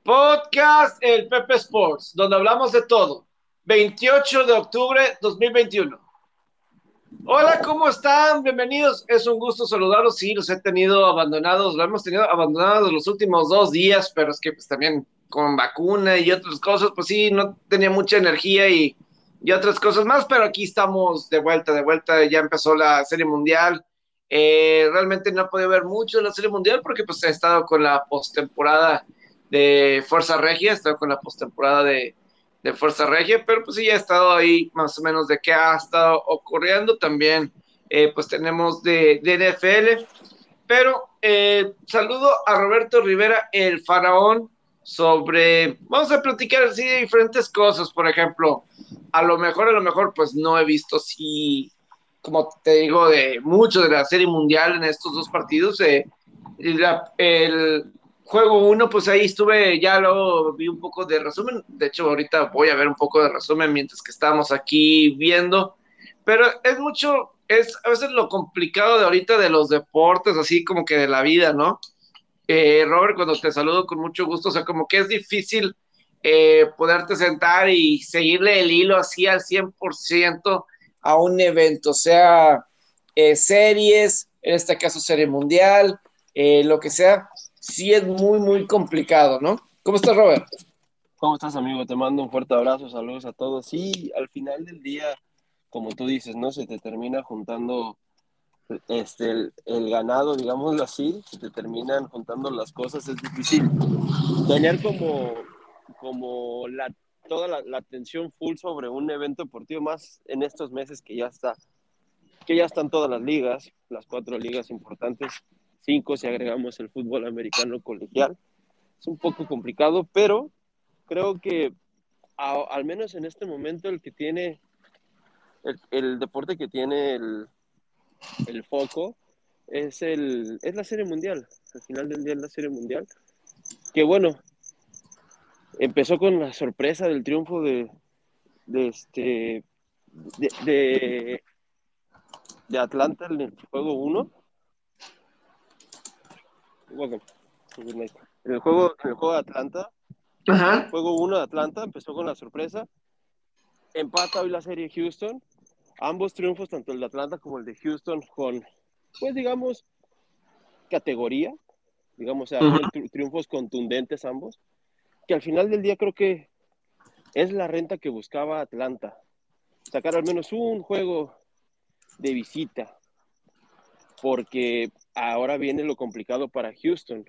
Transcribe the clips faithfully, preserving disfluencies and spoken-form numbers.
Podcast El Pepe Sports, donde hablamos de todo. veintiocho de octubre de dos mil veintiuno. Hola, ¿cómo están? Bienvenidos. Es un gusto saludarlos. Sí, los he tenido abandonados, lo hemos tenido abandonados los últimos dos días, pero es que pues también con vacuna y otras cosas, pues sí, no tenía mucha energía y, y otras cosas más, pero aquí estamos de vuelta, de vuelta. Ya empezó la Serie Mundial. Eh, realmente no he podido ver mucho de la Serie Mundial porque pues he estado con la postemporada de Fuerza Regia, he estado con la postemporada de de Fuerza Regia, pero pues sí, ya he estado ahí más o menos de qué ha estado ocurriendo. También, eh, pues tenemos de, de N F L, pero eh, saludo a Roberto Rivera, el faraón, sobre, vamos a platicar así de diferentes cosas. Por ejemplo, a lo mejor, a lo mejor, pues no he visto, sí, como te digo, de mucho de la Serie Mundial en estos dos partidos. Eh, la, el juego uno, pues ahí estuve, ya lo vi un poco de resumen. De hecho, ahorita voy a ver un poco de resumen mientras que estamos aquí viendo. Pero es mucho, es a veces lo complicado de ahorita de los deportes, así como que de la vida, ¿no? Eh, Robert, cuando te saludo con mucho gusto, o sea, como que es difícil eh, poderte sentar y seguirle el hilo así al cien por ciento a un evento, o sea, eh, series, en este caso serie mundial, eh, lo que sea, sí es muy, muy complicado, ¿no? ¿Cómo estás, Robert? ¿Cómo estás, amigo? Te mando un fuerte abrazo, saludos a todos. Sí, al final del día, como tú dices, ¿no? Se te termina juntando este, el, el ganado, digámoslo así, se te terminan juntando las cosas, es difícil tener como, como la, toda la, la atención full sobre un evento deportivo, más en estos meses que ya está, que ya están todas las ligas, las cuatro ligas importantes, cinco si agregamos el fútbol americano colegial. Es un poco complicado, pero creo que a, al menos en este momento el que tiene el, el deporte que tiene el, el, foco es el es la serie mundial. Al final del día es la serie mundial, que bueno, empezó con la sorpresa del triunfo de de este de, de, de Atlanta en el juego uno. Bueno, en el juego en el juego de Atlanta, el Ajá. juego uno de Atlanta empezó con la sorpresa, empata hoy la serie Houston, ambos triunfos, tanto el de Atlanta como el de Houston, con, pues digamos, categoría, digamos, o sea, Uh fueron tri triunfos contundentes ambos, que al final del día creo que es la renta que buscaba Atlanta, sacar al menos un juego de visita, porque ahora viene lo complicado para Houston.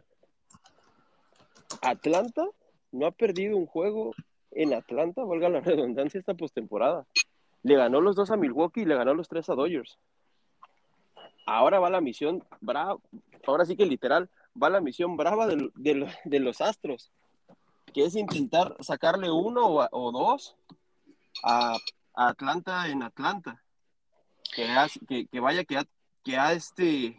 Atlanta no ha perdido un juego en Atlanta, valga la redundancia, esta postemporada. Le ganó los dos a Milwaukee y le ganó los tres a Dodgers. Ahora va la misión brava, ahora sí que literal, va la misión brava de, de, de los Astros, que es intentar sacarle uno o, o dos a, a, Atlanta en Atlanta. Que, ha, que, que vaya, que ha, que ha, este,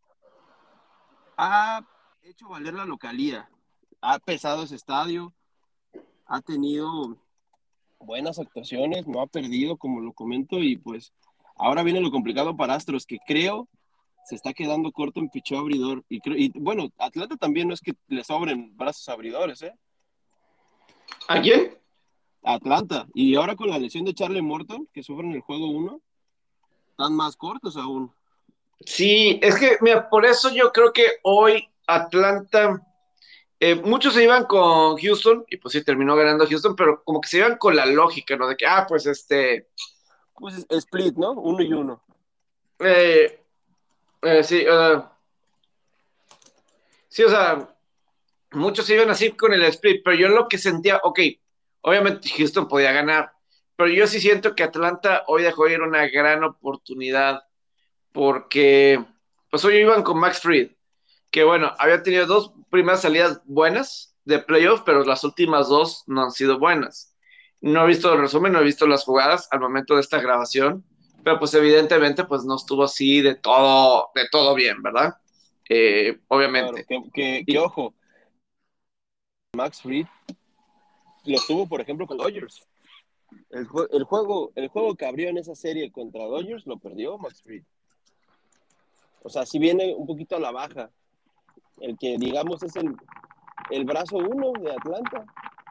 ha hecho valer la localía. Ha pesado ese estadio, ha tenido buenas actuaciones, no ha perdido, como lo comento, y pues ahora viene lo complicado para Astros, que creo se está quedando corto en picheo abridor. Y, creo, y bueno, Atlanta también no es que le sobren brazos abridores, ¿eh? ¿A quién? Atlanta. Y ahora con la lesión de Charlie Morton, que sufre en el juego uno, están más cortos aún. Sí, es que, mira, por eso yo creo que hoy Atlanta, eh, muchos se iban con Houston y pues sí terminó ganando Houston, pero como que se iban con la lógica, ¿no? De que, ah, pues este, Pues split, ¿no? Uno y uno. eh, eh, sí, uh, sí, o sea, muchos se iban así con el split, pero yo lo que sentía, ok, obviamente Houston podía ganar, pero yo sí siento que Atlanta hoy dejó ir una gran oportunidad porque, pues hoy iban con Max Fried, que bueno, había tenido dos primeras salidas buenas de playoff, pero las últimas dos no han sido buenas. No he visto el resumen, no he visto las jugadas al momento de esta grabación, pero pues evidentemente pues no estuvo así de todo, de todo bien, ¿verdad? Eh, Claro, obviamente. que, que, que Y, ojo, Max Fried lo tuvo, por ejemplo, con Dodgers. El, jue el, juego, el juego que abrió en esa serie contra Dodgers lo perdió Max Fried. O sea, si viene un poquito a la baja. El que, digamos, es el, el brazo uno de Atlanta.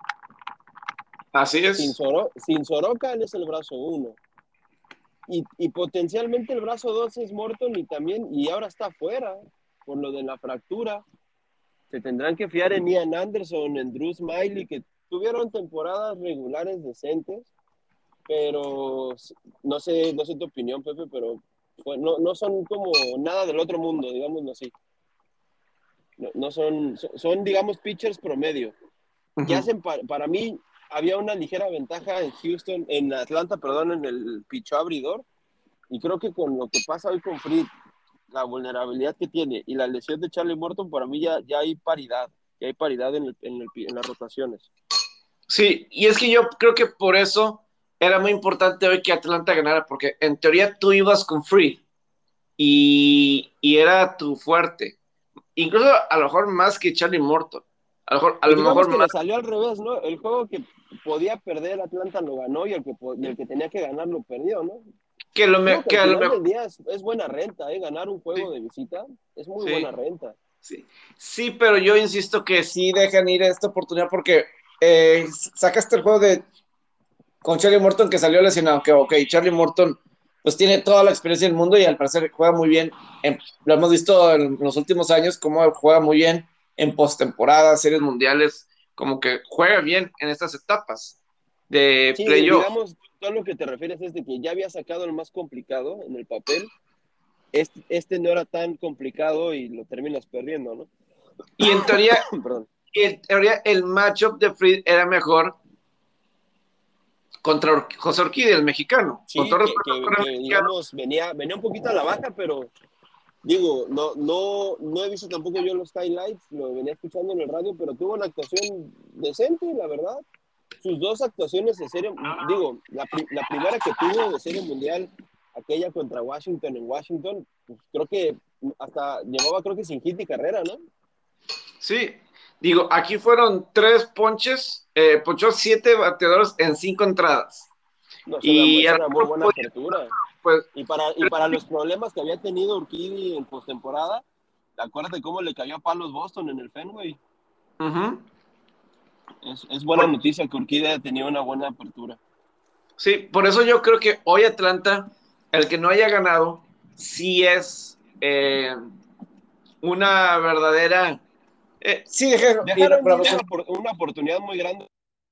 Así Sin, es. Soro, sin Soroka, él es el brazo uno. Y, y potencialmente el brazo dos es Morton y también, y ahora está afuera por lo de la fractura. Se tendrán que fiar en Ian Anderson, en Drew Smiley, que tuvieron temporadas regulares decentes, pero no sé, no sé tu opinión, Pepe, pero pues, no, no son como nada del otro mundo, digámoslo así. No, no son, son, son, digamos, pitchers promedio. Que Uh-huh. hacen, para, para mí, había una ligera ventaja en Houston, en Atlanta, perdón, en el pichó abridor, y creo que con lo que pasa hoy con Fried, la vulnerabilidad que tiene y la lesión de Charlie Morton, para mí ya, ya hay paridad, ya hay paridad en, el, en, el, en las rotaciones. Sí, y es que yo creo que por eso era muy importante hoy que Atlanta ganara, porque en teoría tú ibas con Free y, y era tu fuerte. Incluso a lo mejor más que Charlie Morton. A lo mejor, a Pues lo digamos mejor que más le salió al revés, ¿no? El juego que podía perder Atlanta lo ganó y el que, y el que tenía que ganar lo perdió, ¿no? que, lo Digo me, que que al a lo final mejor. del día es, es buena renta, ¿eh? Ganar un juego Sí, de visita es muy buena sí, renta. sí. Sí, pero yo insisto que sí dejan ir esta oportunidad porque eh, sacaste el juego de con Charlie Morton que salió lesionado, que ok, Charlie Morton pues tiene toda la experiencia del mundo y al parecer juega muy bien, en, lo hemos visto en los últimos años, cómo juega muy bien en postemporada, series mundiales, como que juega bien en estas etapas de Sí, playoff. digamos, todo lo que te refieres es de que ya había sacado el más complicado en el papel, este, este no era tan complicado y lo terminas perdiendo, ¿no? Y en teoría, Perdón. en teoría el matchup de Fried era mejor contra Or José Orquídea, el mexicano. Con Sí, todo que, respeto que, para el que, mexicano. digamos, venía, venía un poquito a la baja, pero digo, no, no, no he visto tampoco yo los highlights, lo venía escuchando en el radio, pero tuvo una actuación decente, la verdad. Sus dos actuaciones de serie, digo, la, la primera que tuvo de serie mundial, aquella contra Washington en Washington, pues creo que hasta llevaba, creo que sin hit y carrera, ¿no? Sí, digo, aquí fueron tres ponches, eh, ponchó siete bateadores en cinco entradas. No, es una, Y es a lo una muy mejor buena podía, apertura. pues, Y para, y para los problemas que había tenido Urquidy en postemporada, acuérdate cómo le cayó a palos Boston en el Fenway. uh-huh. Es, es buena por, noticia que Urquidy haya tenido una buena apertura. sí, por eso yo creo que hoy Atlanta, el que no haya ganado, sí es eh, una verdadera. Eh, sí, dejaron ir Dejaron ir Bravos una, una oportunidad muy grande.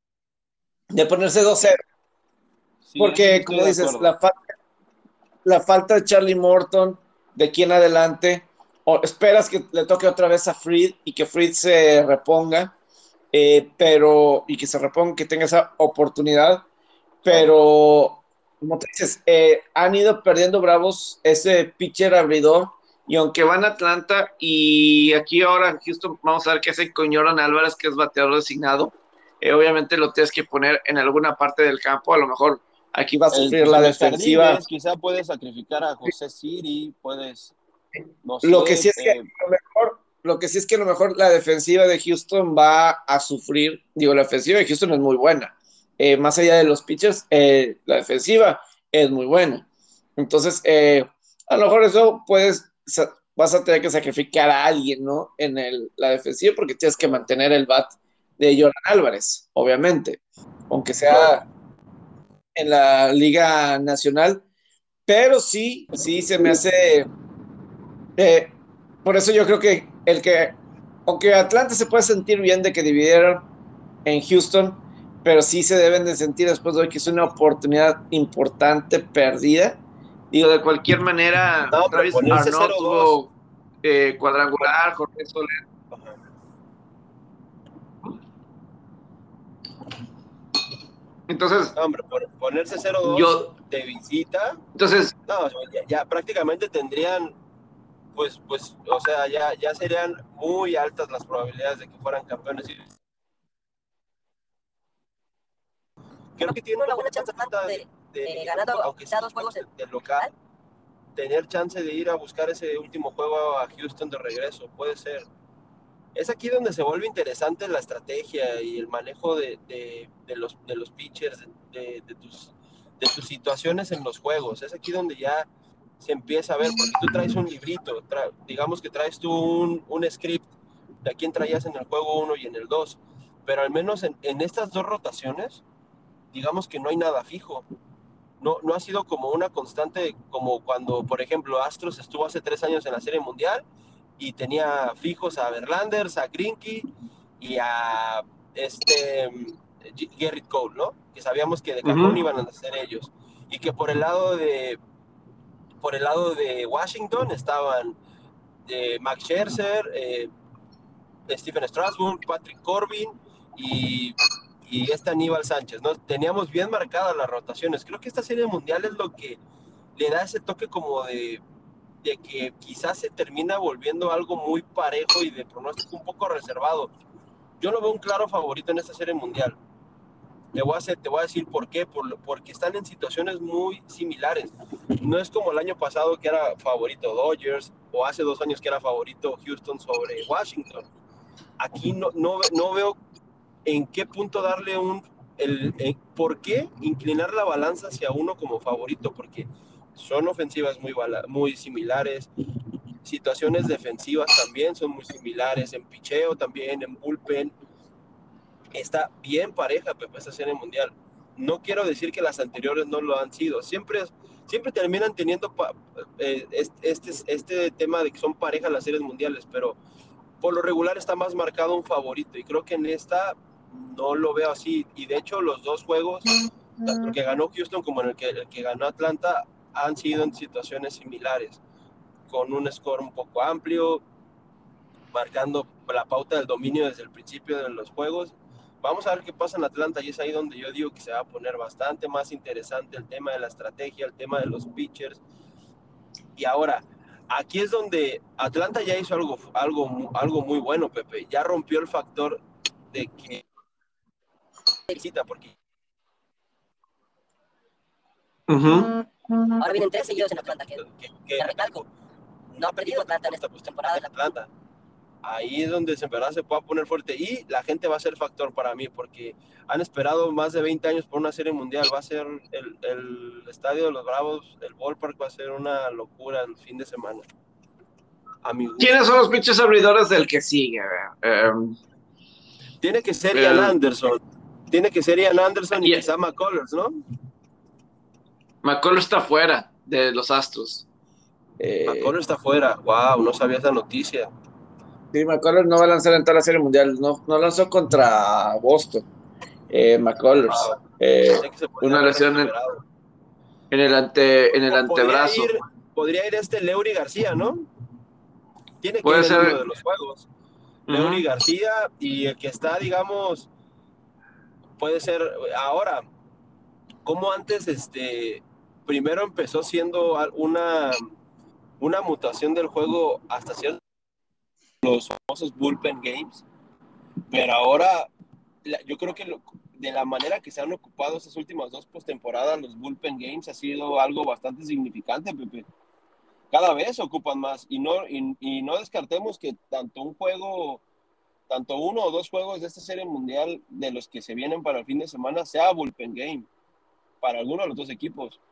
de ponerse dos cero, Sí, eso sí porque, estoy como de dices, acuerdo. la, fa la falta de Charlie Morton, de aquí en adelante, o esperas que le toque otra vez a Fried y que Fried se reponga. Eh, pero, y que se reponga, que tenga esa oportunidad, pero, como te dices, eh, han ido perdiendo Bravos ese pitcher abridor, y aunque van a Atlanta, y aquí ahora en Houston, vamos a ver qué hace con Jordan Álvarez, que es bateador designado, eh, obviamente lo tienes que poner en alguna parte del campo, a lo mejor aquí va a El, sufrir pues la en los defensiva. jardines, quizá puedes sacrificar a José Siri, puedes, no Lo que sí sé, es que eh, a lo mejor, lo que sí es que a lo mejor la defensiva de Houston va a sufrir. Digo, la defensiva de Houston es muy buena. Eh, más allá de los pitchers, eh, la defensiva es muy buena. Entonces, eh, a lo mejor eso puedes, vas a tener que sacrificar a alguien, ¿no? En el, la defensiva, porque tienes que mantener el bat de Jordan Álvarez, obviamente, aunque sea en la Liga Nacional. Pero sí, sí se me hace. Eh, por eso yo creo que el que, aunque Atlanta se puede sentir bien de que dividieron en Houston, pero sí se deben de sentir después de hoy que es una oportunidad importante perdida. Digo, de cualquier manera, no, hombre, Travis ponerse Arnaud cero dos. tuvo eh, Pon, cuadrangular, Jorge Soler. Entonces, no, hombre, pon, ponerse cero dos yo, de visita, entonces, no, ya, ya prácticamente tendrían, pues, pues, o sea, ya, ya serían muy altas las probabilidades de que fueran campeones. Creo que tiene una buena chance de, de, de ganando, aunque sea dos juegos del de local, tener chance de ir a buscar ese último juego a Houston de regreso, puede ser. Es aquí donde se vuelve interesante la estrategia y el manejo de, de, de los, de los pitchers, de, de, tus, de tus situaciones en los juegos. Es aquí donde ya se empieza a ver, porque tú traes un librito, tra, digamos que traes tú un, un script de a quién traías en el juego uno y en el dos, pero al menos en, en estas dos rotaciones, digamos que no hay nada fijo. No, no ha sido como una constante como cuando, por ejemplo, Astros estuvo hace tres años en la Serie Mundial y tenía fijos a Verlanders, a Greinke y a este Gerrit Cole, ¿no? Que sabíamos que de cajón Uh-huh. iban a ser ellos. Y que por el lado de por el lado de Washington estaban eh, Max Scherzer, eh, Stephen Strasburg, Patrick Corbin y, y este Aníbal Sánchez, ¿no? Teníamos bien marcadas las rotaciones. Creo que esta Serie Mundial es lo que le da ese toque como de, de que quizás se termina volviendo algo muy parejo y de pronóstico un poco reservado. Yo no veo un claro favorito en esta Serie Mundial. Te voy a, hacer, te voy a decir por qué, por, porque están en situaciones muy similares. No es como el año pasado que era favorito Dodgers o hace dos años que era favorito Houston sobre Washington. Aquí no, no, no veo en qué punto darle un... El, el, ¿Por qué inclinar la balanza hacia uno como favorito? Porque son ofensivas muy, muy similares, situaciones defensivas también son muy similares, en picheo también, en bullpen. Está bien pareja, Pepe, esta Serie Mundial. No quiero decir que las anteriores no lo han sido. Siempre, siempre terminan teniendo pa, eh, este, este tema de que son parejas las series mundiales, pero por lo regular está más marcado un favorito. Y creo que en esta no lo veo así. Y de hecho, los dos juegos, tanto el que ganó Houston como el que, el que ganó Atlanta, han sido en situaciones similares, con un score un poco amplio, marcando la pauta del dominio desde el principio de los juegos. Vamos a ver qué pasa en Atlanta y es ahí donde yo digo que se va a poner bastante más interesante el tema de la estrategia, el tema de los pitchers. Y ahora, aquí es donde Atlanta ya hizo algo, algo, algo muy bueno, Pepe. Ya rompió el factor de que visita, porque Uh-huh. Ahora vienen tres seguidos en Atlanta, que, que, que recalco, no ha perdido Atlanta en esta postemporada en Atlanta. Ahí es donde en verdad se pueda poner fuerte y la gente va a ser factor para mí porque han esperado más de veinte años por una serie mundial. Va a ser el, el estadio de los Bravos, el ballpark va a ser una locura el fin de semana. A mi gusto. ¿Quiénes son los pinches abridores del que sigue? Um, Tiene que ser Ian um, Anderson. Tiene que ser Ian Anderson y, y quizá McCullers, ¿no? McCullers está fuera de los Astros. Eh, McCullers está fuera. Wow, no sabía esa noticia. Sí, McCullers no va a lanzar en toda la Serie Mundial. No, no lanzó contra Boston. Eh, McCullers. Wow. Eh, una lesión en, en el, ante, en el antebrazo. Podría ir, podría ir este Leury García, ¿no? Tiene que Puede ir ser en uno de los juegos. Uh-huh. Leury García y el que está, digamos, puede ser ahora, como antes, este, primero empezó siendo una, una mutación del juego hasta cierto los famosos bullpen games, pero ahora yo creo que lo, de la manera que se han ocupado estas últimas dos postemporadas, los bullpen games ha sido algo bastante significante, Pepe. Cada vez se ocupan más y no, y, y no descartemos que tanto un juego, tanto uno o dos juegos de esta serie mundial de los que se vienen para el fin de semana sea bullpen game para alguno de los dos equipos.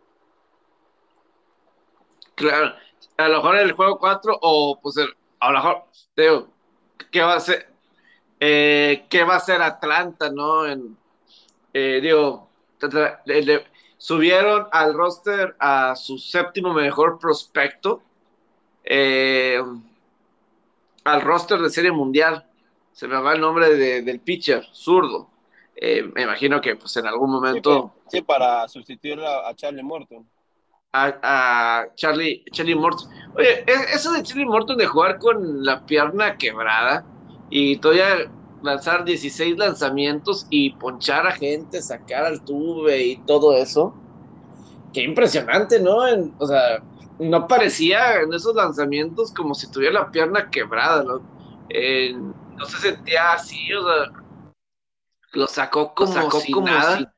Claro, a lo mejor el juego cuatro o pues el, a lo mejor, digo, ¿qué va a ser? Eh, ¿Qué va a hacer Atlanta, no? En, eh, digo, le, le, subieron al roster a su séptimo mejor prospecto, eh, al roster de Serie Mundial. Se me va el nombre de, del pitcher, zurdo. Eh, me imagino que pues en algún momento... Sí, sí para sustituir a, a Charlie Morton. A, a Charlie, Charlie Morton. Oye, eso de Charlie Morton de jugar con la pierna quebrada y todavía lanzar dieciséis lanzamientos y ponchar a gente, sacar al tuve y todo eso. Qué impresionante, ¿no? En, o sea, no parecía en esos lanzamientos como si tuviera la pierna quebrada, ¿no? Eh, no se sentía así, o sea, lo sacó como, lo sacó si como nada. Si...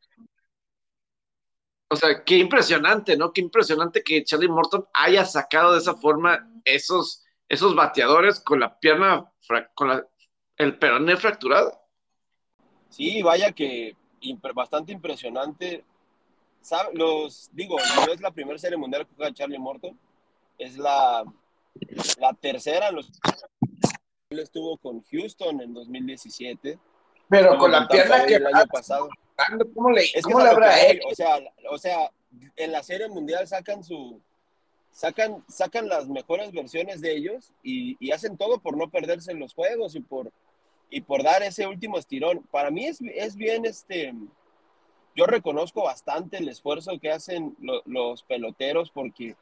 O sea, qué impresionante, ¿no? Qué impresionante que Charlie Morton haya sacado de esa forma esos, esos bateadores con la pierna, con la, el peroné fracturado. Sí, vaya que bastante impresionante. ¿Sabe? Los, digo, no es la primera serie mundial que juega Charlie Morton, es la, la tercera en los Él estuvo con Houston en dos mil diecisiete, Pero estuvo con con la Tampa pierna Bay que el año pasado. ¿cómo le, Es que cómo es le a lo que habrá voy, hecho? o sea, o sea, en la Serie Mundial sacan su sacan sacan las mejores versiones de ellos y, y hacen todo por no perderse en los juegos y por y por dar ese último estirón. Para mí es, es bien este yo reconozco bastante el esfuerzo que hacen lo, los peloteros porque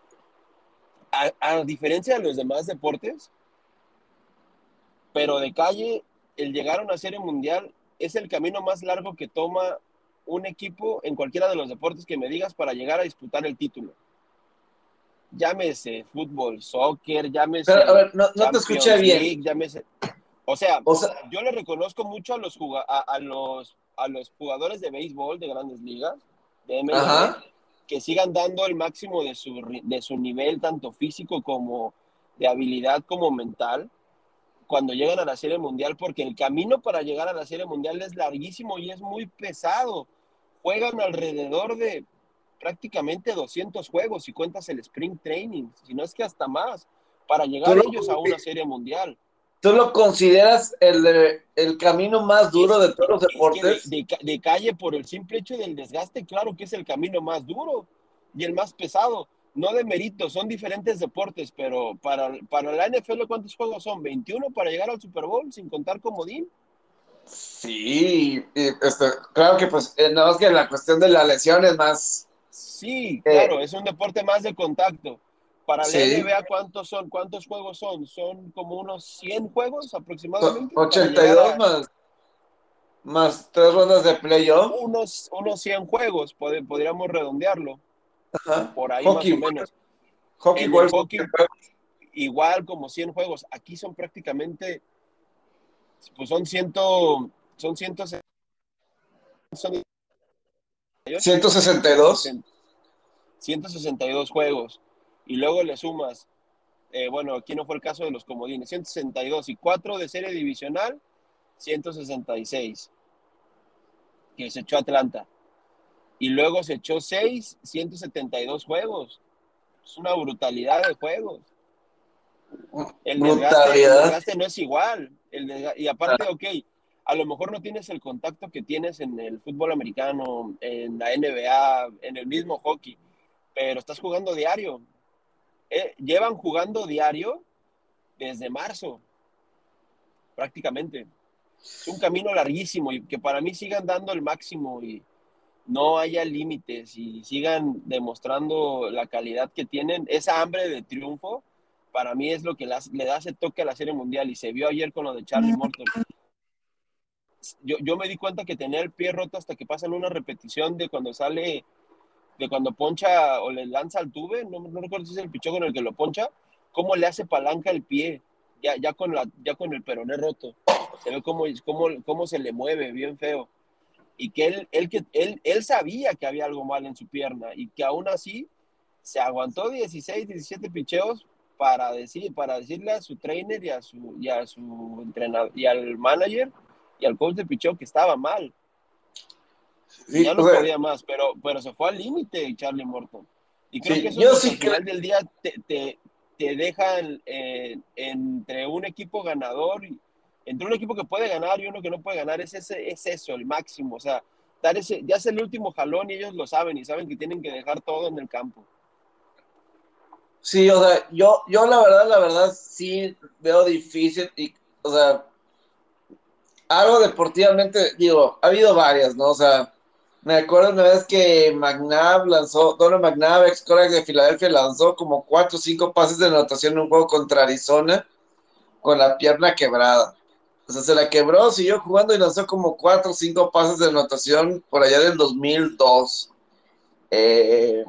a, a diferencia de los demás deportes, pero de calle, el llegar a una serie mundial es el camino más largo que toma un equipo en cualquiera de los deportes que me digas para llegar a disputar el título. Llámese fútbol, soccer, Pero, a llámese ver, no, no te escuché Champions bien. League, llámese... O sea, O sea, yo le reconozco mucho a los, a, a los, a los jugadores de béisbol de grandes ligas, de M L B, ajá. que sigan dando el máximo de su, de su nivel, tanto físico como de habilidad como mental, cuando llegan a la Serie Mundial, porque el camino para llegar a la Serie Mundial es larguísimo y es muy pesado. Juegan alrededor de prácticamente doscientos juegos, si cuentas el Spring Training, si no es que hasta más, para ¿Tú llegar lo, ellos a una Serie Mundial. tú lo consideras el, de- el camino más duro Es, de todos los es que de, deportes? de, de calle, por el simple hecho del desgaste, claro que es el camino más duro y el más pesado. No de mérito, son diferentes deportes, pero para, para la N F L, ¿cuántos juegos son? ¿veintiuno para llegar al Super Bowl sin contar comodín? Sí, y, este, claro que pues eh, nada más que la cuestión de la lesión es más, Sí, claro, eh, es un deporte más de contacto. Para la sí, N B A, ¿cuántos son? ¿Cuántos juegos son? Son como unos cien juegos so- aproximadamente para ochenta y llegar dos a más, más tres rondas de playoff. unos, unos cien juegos, pod- podríamos redondearlo, Ajá. por ahí más Hockey, o igual, menos. hockey En el igual son hockey, igual como cien juegos. Aquí son prácticamente, pues son ciento, son ciento son ciento sesenta y ciento dos. sesenta ciento sesenta y dos juegos. Y luego le sumas, eh, bueno, aquí no fue el caso de los comodines, ciento sesenta y dos y cuatro de serie divisional, ciento sesenta y seis, que se echó Atlanta. Y luego se echó seis, ciento setenta y dos juegos. Es una brutalidad de juegos. El desgaste, el Brutalidad. desgaste no es igual. El desga- y aparte, ok, a lo mejor no tienes el contacto que tienes en el fútbol americano, en la N B A, en el mismo hockey, pero estás jugando diario. Eh, llevan jugando diario desde marzo, prácticamente. Es un camino larguísimo y que para mí sigan dando el máximo y no haya límites y sigan demostrando la calidad que tienen, esa hambre de triunfo, para mí es lo que las, le da ese toque a la Serie Mundial y se vio ayer con lo de Charlie Morton. Yo, yo me di cuenta que tenía el pie roto hasta que pasan una repetición de cuando sale, de cuando poncha o le lanza al tube, no, no recuerdo si es el pichón con el que lo poncha, cómo le hace palanca el pie, ya, ya, con, la, ya con el peroné roto. Se ve cómo, cómo, cómo se le mueve, bien feo. Y que él, él, que él, él sabía que había algo mal en su pierna y que aún así se aguantó dieciséis, diecisiete picheos para, decir, para decirle a su trainer y a su, y a su entrenador y al manager y al coach de picheo que estaba mal, que Sí, ya o no sea, podía más, pero, pero se fue al límite Charlie Morton. Y creo que sí, eso es yo lo que sí al creo. final del día te, te, te deja en, en, entre un equipo ganador y entre un equipo que puede ganar y uno que no puede ganar, es, ese, es eso, el máximo. O sea, dar ese, ya es el último jalón y ellos lo saben y saben que tienen que dejar todo en el campo. Sí, o sea, yo, yo la verdad, la verdad, sí veo difícil y, o sea, algo deportivamente, digo, ha habido varias, ¿no? O sea, me acuerdo una vez que McNabb lanzó, Donald McNabb, ex coreback de Filadelfia, lanzó como cuatro o cinco pases de anotación en un juego contra Arizona con la pierna quebrada. O sea, se la quebró, siguió jugando y lanzó como cuatro o cinco pases de anotación por allá del dos mil dos. Eh,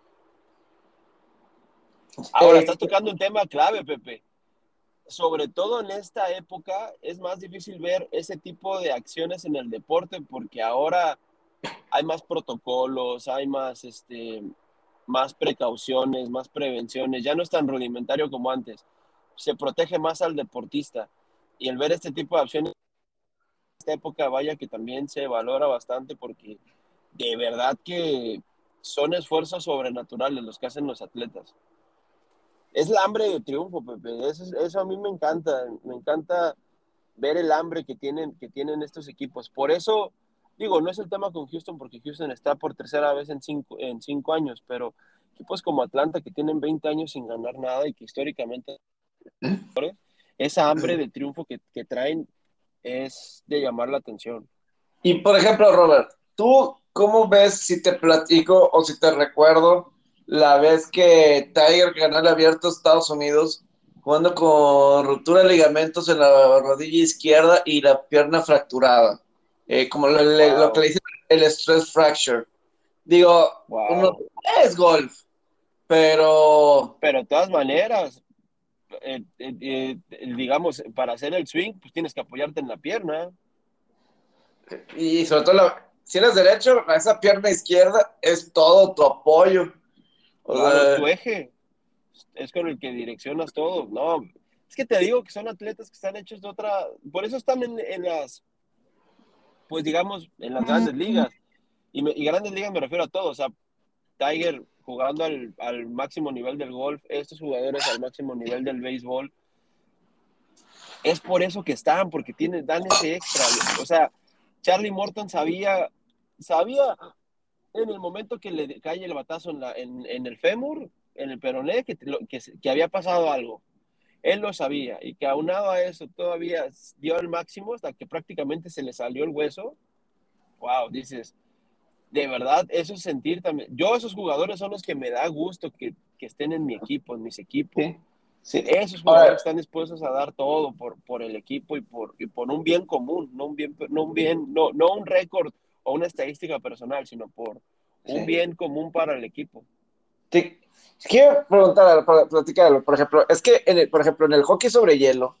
Ahora, eh, estás tocando un tema clave, Pepe. Sobre todo en esta época es más difícil ver ese tipo de acciones en el deporte porque ahora hay más protocolos, hay más, este, más precauciones, más prevenciones, ya no es tan rudimentario como antes. Se protege más al deportista y el ver este tipo de acciones en esta época, vaya que también se valora bastante porque de verdad que son esfuerzos sobrenaturales los que hacen los atletas. es el hambre de triunfo, Pepe. Eso, eso a mí me encanta. Me encanta ver el hambre que tienen, que tienen estos equipos. Por eso, digo, no es el tema con Houston, porque Houston está por tercera vez en cinco, en cinco años, pero equipos como Atlanta que tienen veinte años sin ganar nada y que históricamente esa hambre de triunfo que, que traen es de llamar la atención. Y por ejemplo, Robert, ¿tú cómo ves si te platico o si te recuerdo la vez que Tiger ganó el abierto de Estados Unidos jugando con ruptura de ligamentos en la rodilla izquierda y la pierna fracturada? Eh, como lo, le- lo que Wow. le dicen el stress fracture. Digo, uno Wow. es golf, pero Pero de todas maneras, eh, eh, eh, digamos, para hacer el swing, pues tienes que apoyarte en la pierna. y sobre todo la- si eres derecho, esa pierna izquierda es todo tu apoyo. O Claro, es sea, tu eje, es con el que direccionas todo. No, es que te digo que son atletas que están hechos de otra, por eso están en, en las, pues digamos, en las grandes ligas. Y, me, y grandes ligas me refiero a todos, o sea, Tiger jugando al, al máximo nivel del golf, estos jugadores al máximo nivel del béisbol. Es por eso que están, porque tienen, dan ese extra. O sea, Charlie Morton sabía, sabía en el momento que le cae el batazo en, la, en, en el fémur, en el peroné, que, que, que había pasado algo. Él lo sabía y que aunado a eso todavía dio el máximo hasta que prácticamente se le salió el hueso. Wow, dices, de verdad, eso es sentir también. Yo, esos jugadores son los que me da gusto que, que estén en mi equipo, en mis equipos. sí, sí. Esos jugadores Ahora, que están dispuestos a dar todo por, por el equipo y por, y por un bien común, no un bien, no un bien, no, no un récord o una estadística personal, sino por un sí. bien común para el equipo. Te quiero preguntar, para platicar, por ejemplo, es que, en el, por ejemplo, en el hockey sobre hielo,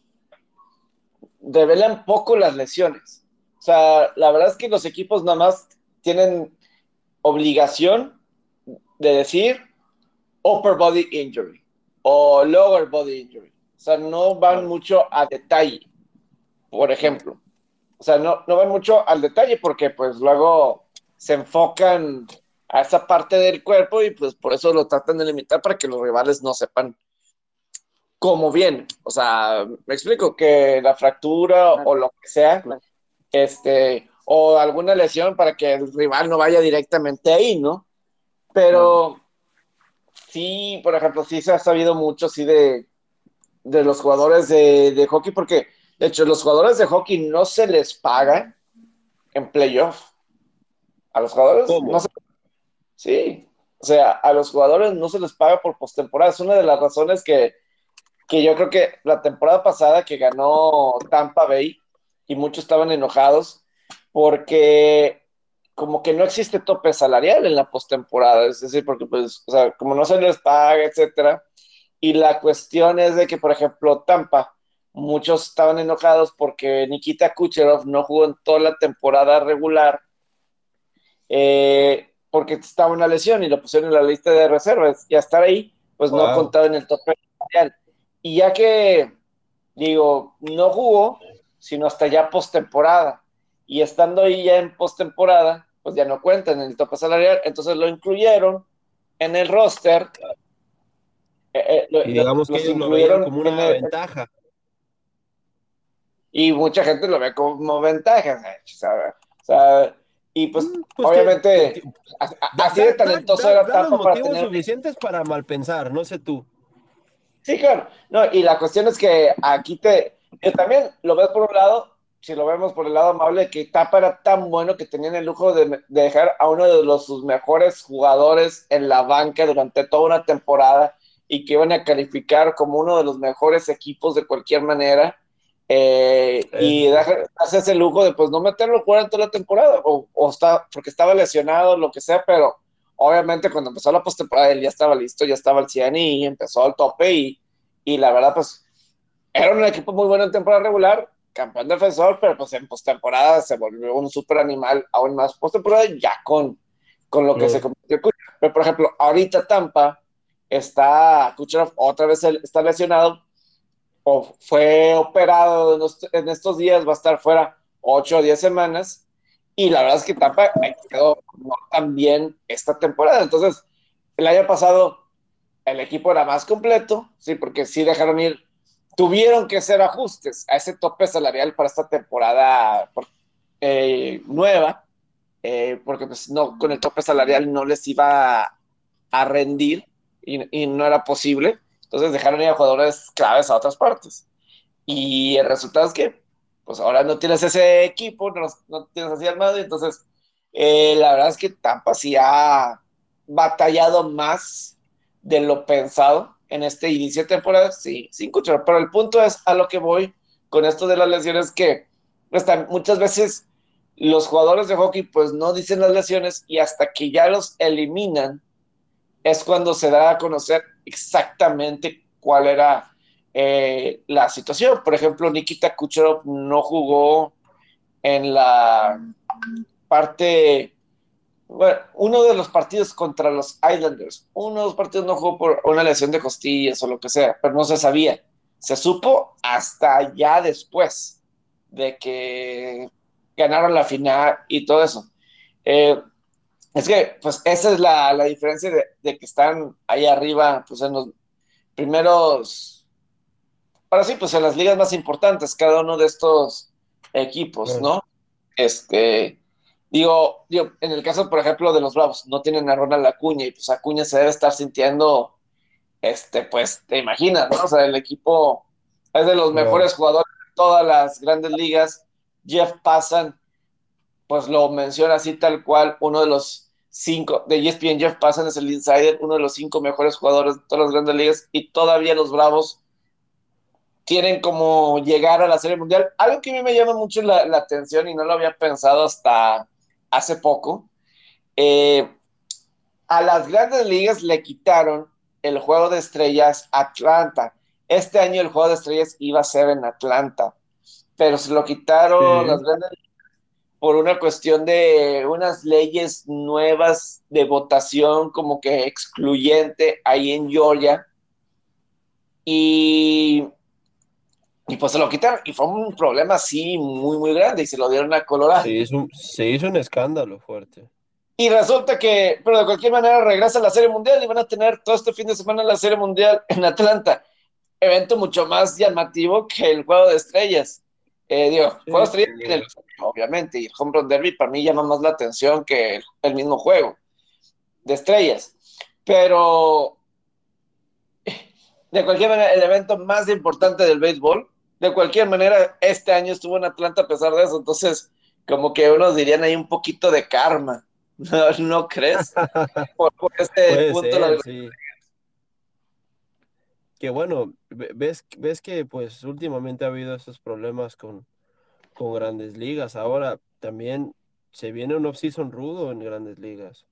develan poco las lesiones. O sea, la verdad es que los equipos nada más tienen obligación de decir upper body injury o lower body injury. O sea, no van Claro. mucho a detalle, por ejemplo. O sea, no, no van mucho al detalle porque pues luego se enfocan a esa parte del cuerpo y pues por eso lo tratan de limitar para que los rivales no sepan cómo viene. O sea, me explico que la fractura o lo que sea, este, o alguna lesión para que el rival no vaya directamente ahí, ¿no? Claro. Pero sí, por ejemplo, sí se ha sabido mucho, sí, de, de los jugadores de, de hockey, porque de hecho los jugadores de hockey no se les paga en playoff. A los jugadores no se... ¿Cómo? Sí, o sea, a los jugadores no se les paga por postemporada. Es una de las razones que, que yo creo que la temporada pasada que ganó Tampa Bay y muchos estaban enojados porque como que no existe tope salarial en la postemporada, es decir, porque pues, o sea, como no se les paga, etcétera, y la cuestión es de que, por ejemplo, Tampa, muchos estaban enojados porque Nikita Kucherov no jugó en toda la temporada regular eh, porque estaba una lesión y lo pusieron en la lista de reservas y a estar ahí, pues no Wow. contaba en el tope salarial. Y ya que, digo, no jugó, sino hasta ya postemporada. Y estando ahí ya en postemporada, pues ya no cuenta en el tope salarial, entonces lo incluyeron en el roster, eh, eh, lo, Y lo, digamos que los ellos lo veían incluyeron como en una el, ventaja. y mucha gente lo ve como ventaja, ¿sabes? O sea, y pues Mm, Pues que, que- que- obviamente da, así de da, da, talentoso da- era da los Tampa para motivos tener. suficientes para mal pensar, no sé tú. Sí, claro. No, y la cuestión es que aquí te. Yo también lo ves por un lado, si lo vemos por el lado amable, que Tapa era tan bueno que tenían el lujo de, de dejar a uno de los, sus mejores jugadores en la banca durante toda una temporada y que iban a calificar como uno de los mejores equipos de cualquier manera. Eh, Eso y sí. dejar, hace ese lujo de pues no meterlo a jugar en toda la temporada, o, o está, porque estaba lesionado, lo que sea, pero obviamente cuando empezó la postemporada él ya estaba listo, ya estaba al cien y empezó al tope y, y la verdad pues era un equipo muy bueno en temporada regular, campeón defensor, pero pues en postemporada se volvió un super animal aún más postemporada ya con, con lo que se Claro. convirtió Kucherov. Pero por ejemplo, ahorita Tampa está, Kucherov otra vez está lesionado o fue operado en estos días, va a estar fuera ocho o diez semanas y la verdad es que Tampa quedó no tan bien esta temporada. Entonces, el año pasado el equipo era más completo, sí, porque sí dejaron ir, tuvieron que hacer ajustes a ese tope salarial para esta temporada eh, nueva, eh, porque pues no, con el tope salarial no les iba a, a rendir y, y, no era posible, entonces dejaron ir a jugadores claves a otras partes. Y el resultado es que, pues ahora no tienes ese equipo, no, no tienes así armado, y entonces eh, la verdad es que Tampa sí ha batallado más de lo pensado en este inicio de temporada, sí, sin Kucherov, pero el punto es a lo que voy con esto de las lesiones que están, muchas veces los jugadores de hockey pues no dicen las lesiones y hasta que ya los eliminan es cuando se da a conocer exactamente cuál era eh, la situación. Por ejemplo, Nikita Kucherov no jugó en la parte, bueno, uno de los partidos contra los Islanders, uno de los partidos no jugó por una lesión de costillas o lo que sea, pero no se sabía. Se supo hasta ya después de que ganaron la final y todo eso. Eh, es que, pues, esa es la, la diferencia de, de, que están ahí arriba, pues, en los primeros, ahora sí, pues, en las ligas más importantes, cada uno de estos equipos, Claro. ¿no? Este, digo, digo, en el caso, por ejemplo, de los Bravos, no tienen a Ronald Acuña, y pues Acuña se debe estar sintiendo, este, pues, te imaginas, ¿no? O sea, el equipo es de los Claro. mejores jugadores de todas las grandes ligas. Jeff Passan, pues lo menciona así tal cual, uno de los cinco, de E S P N, Jeff Passan es el insider, uno de los cinco mejores jugadores de todas las grandes ligas, y todavía los Bravos quieren como llegar a la Serie Mundial. Algo que a mí me llama mucho la, la atención y no lo había pensado hasta hace poco, eh, a las grandes ligas le quitaron el juego de estrellas a Atlanta. Este año el juego de estrellas iba a ser en Atlanta, pero se lo quitaron Sí. las grandes por una cuestión de unas leyes nuevas de votación como que excluyente ahí en Georgia y, y pues se lo quitaron y fue un problema así muy muy grande y se lo dieron a Se Colorado hizo, un- se hizo un escándalo fuerte. y resulta que, pero de cualquier manera regresa a la Serie Mundial y van a tener todo este fin de semana la Serie Mundial en Atlanta, evento mucho más llamativo que el Juego de Estrellas. Eh, digo, Sí, Juego de Estrellas sin tiene duda. el, obviamente, y el Home Run Derby para mí llama más la atención que el, el mismo juego de estrellas. Pero, de cualquier manera, el evento más importante del béisbol, de cualquier manera, este año estuvo en Atlanta a pesar de eso. Entonces, como que unos dirían ahí un poquito de karma. ¿No, no crees? Por, por este Puede punto, la ser, verdad. sí. Que bueno, ve- ves, ves que pues últimamente ha habido estos problemas con, con grandes ligas. Ahora también se viene un off-season rudo en grandes ligas.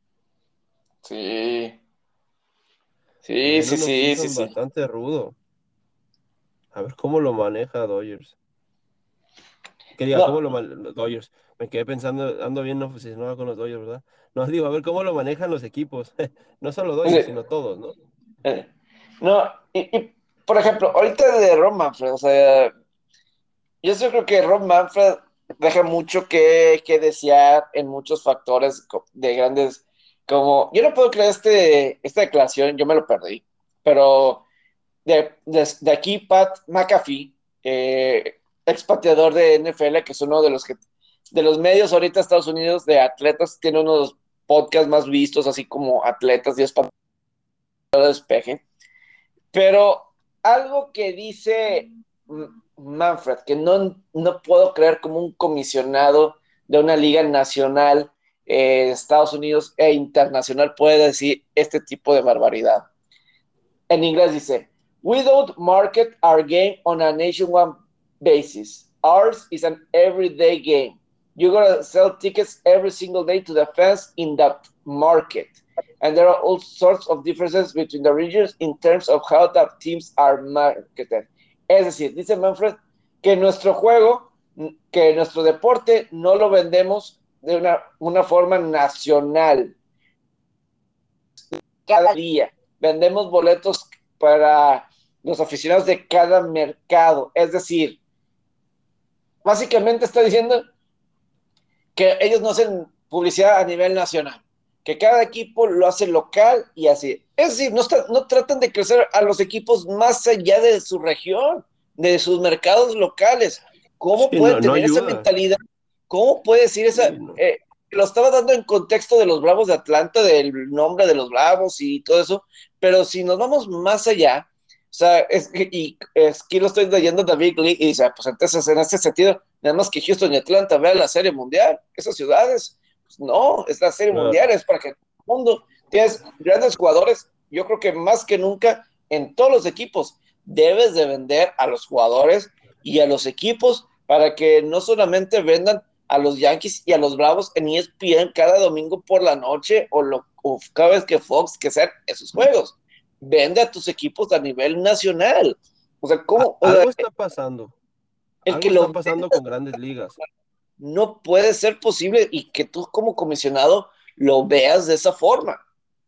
Sí, Se sí, viene sí, un sí, sí, off-season sí. bastante rudo. A ver cómo lo maneja Dodgers. Que diga, No, ¿cómo lo maneja los Dodgers? Me quedé pensando, ando bien obsesionado con los Dodgers, ¿verdad? No, digo, a ver cómo lo manejan los equipos. No solo Dodgers, sí, sino todos, ¿no? eh, no, y, y, por ejemplo, ahorita de Rob Manfred, o sea, yo sí creo que Rob Manfred deja mucho que, que desear en muchos factores co- de grandes, como, yo no puedo creer este, esta declaración, yo me lo perdí, pero de, de, de aquí Pat McAfee, eh, expatriador de N F L, que es uno de los, que, de los medios ahorita de Estados Unidos de atletas, tiene uno de los podcasts más vistos, así como Atletas y Espacio de Despeje, pero algo que dice Manfred, que no, no puedo creer como un comisionado de una liga nacional eh, de Estados Unidos e internacional puede decir este tipo de barbaridad. En inglés dice, we don't market our game on a nationwide basis. Ours is an everyday game. You gotta sell tickets every single day to the fans in that market. And there are all sorts of differences between the regions in terms of how the teams are marketed. Es decir, dice Manfred que nuestro juego, que nuestro deporte no lo vendemos de una, una forma nacional. Cada día vendemos boletos para los aficionados de cada mercado. Es decir, básicamente está diciendo que ellos no hacen publicidad a nivel nacional, que cada equipo lo hace local y así. Es decir, no, está, no tratan de crecer a los equipos más allá de su región, de sus mercados locales. ¿Cómo Sí, puede no, no tener esa ayuda. mentalidad? ¿Cómo puede decir esa? Sí, no. Eh, lo estaba dando en contexto de los Bravos de Atlanta, del nombre de los Bravos y todo eso, pero si nos vamos más allá, o sea, es, y es, aquí lo estoy leyendo David Lee y dice, pues entonces en este sentido, nada más que Houston y Atlanta vean la Serie Mundial, esas ciudades, pues no, es la Serie Claro. Mundial, es para que el mundo, tienes grandes jugadores, yo creo que más que nunca en todos los equipos debes de vender a los jugadores y a los equipos para que no solamente vendan a los Yankees y a los Bravos en E S P N cada domingo por la noche o, lo, o cada vez que Fox que sean esos juegos. Vende a tus equipos a nivel nacional. O sea, A- ¿cómo? O sea, algo está pasando. el que Algo está lo pasando con Grandes Ligas. no puede ser posible y que tú como comisionado lo veas de esa forma.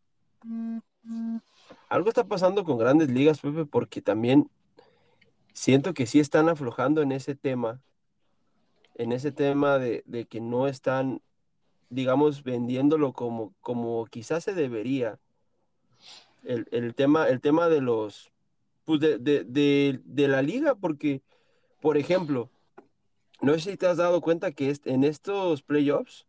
Algo está pasando con Grandes Ligas, Pepe, porque también siento que sí están aflojando en ese tema, en ese tema de, de que no están, digamos, vendiéndolo como, como quizás se debería. El, el tema, el tema de los, pues de, de, de, de la liga, porque, por ejemplo, no sé si te has dado cuenta que est- en estos playoffs,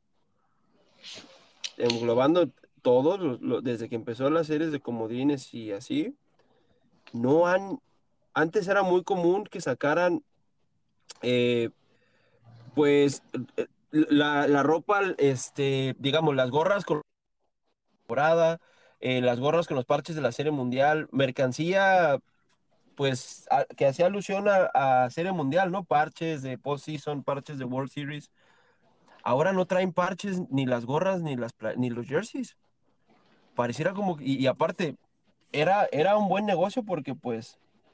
englobando todos, los- los- desde que empezó las series de comodines y así, no han, antes era muy común que sacaran, eh, pues, eh, la, la ropa, este, digamos, las gorras con temporada, eh, las gorras con los parches de la Serie Mundial, mercancía, pues, a- que hacía alusión a, a Serie Mundial, ¿no? Parches de postseason, parches de World Series. Ahora no traen parches, ni las gorras, ni, las, pla- ni los jerseys. Pareciera como, y, y aparte, era, era un buen negocio porque, pues,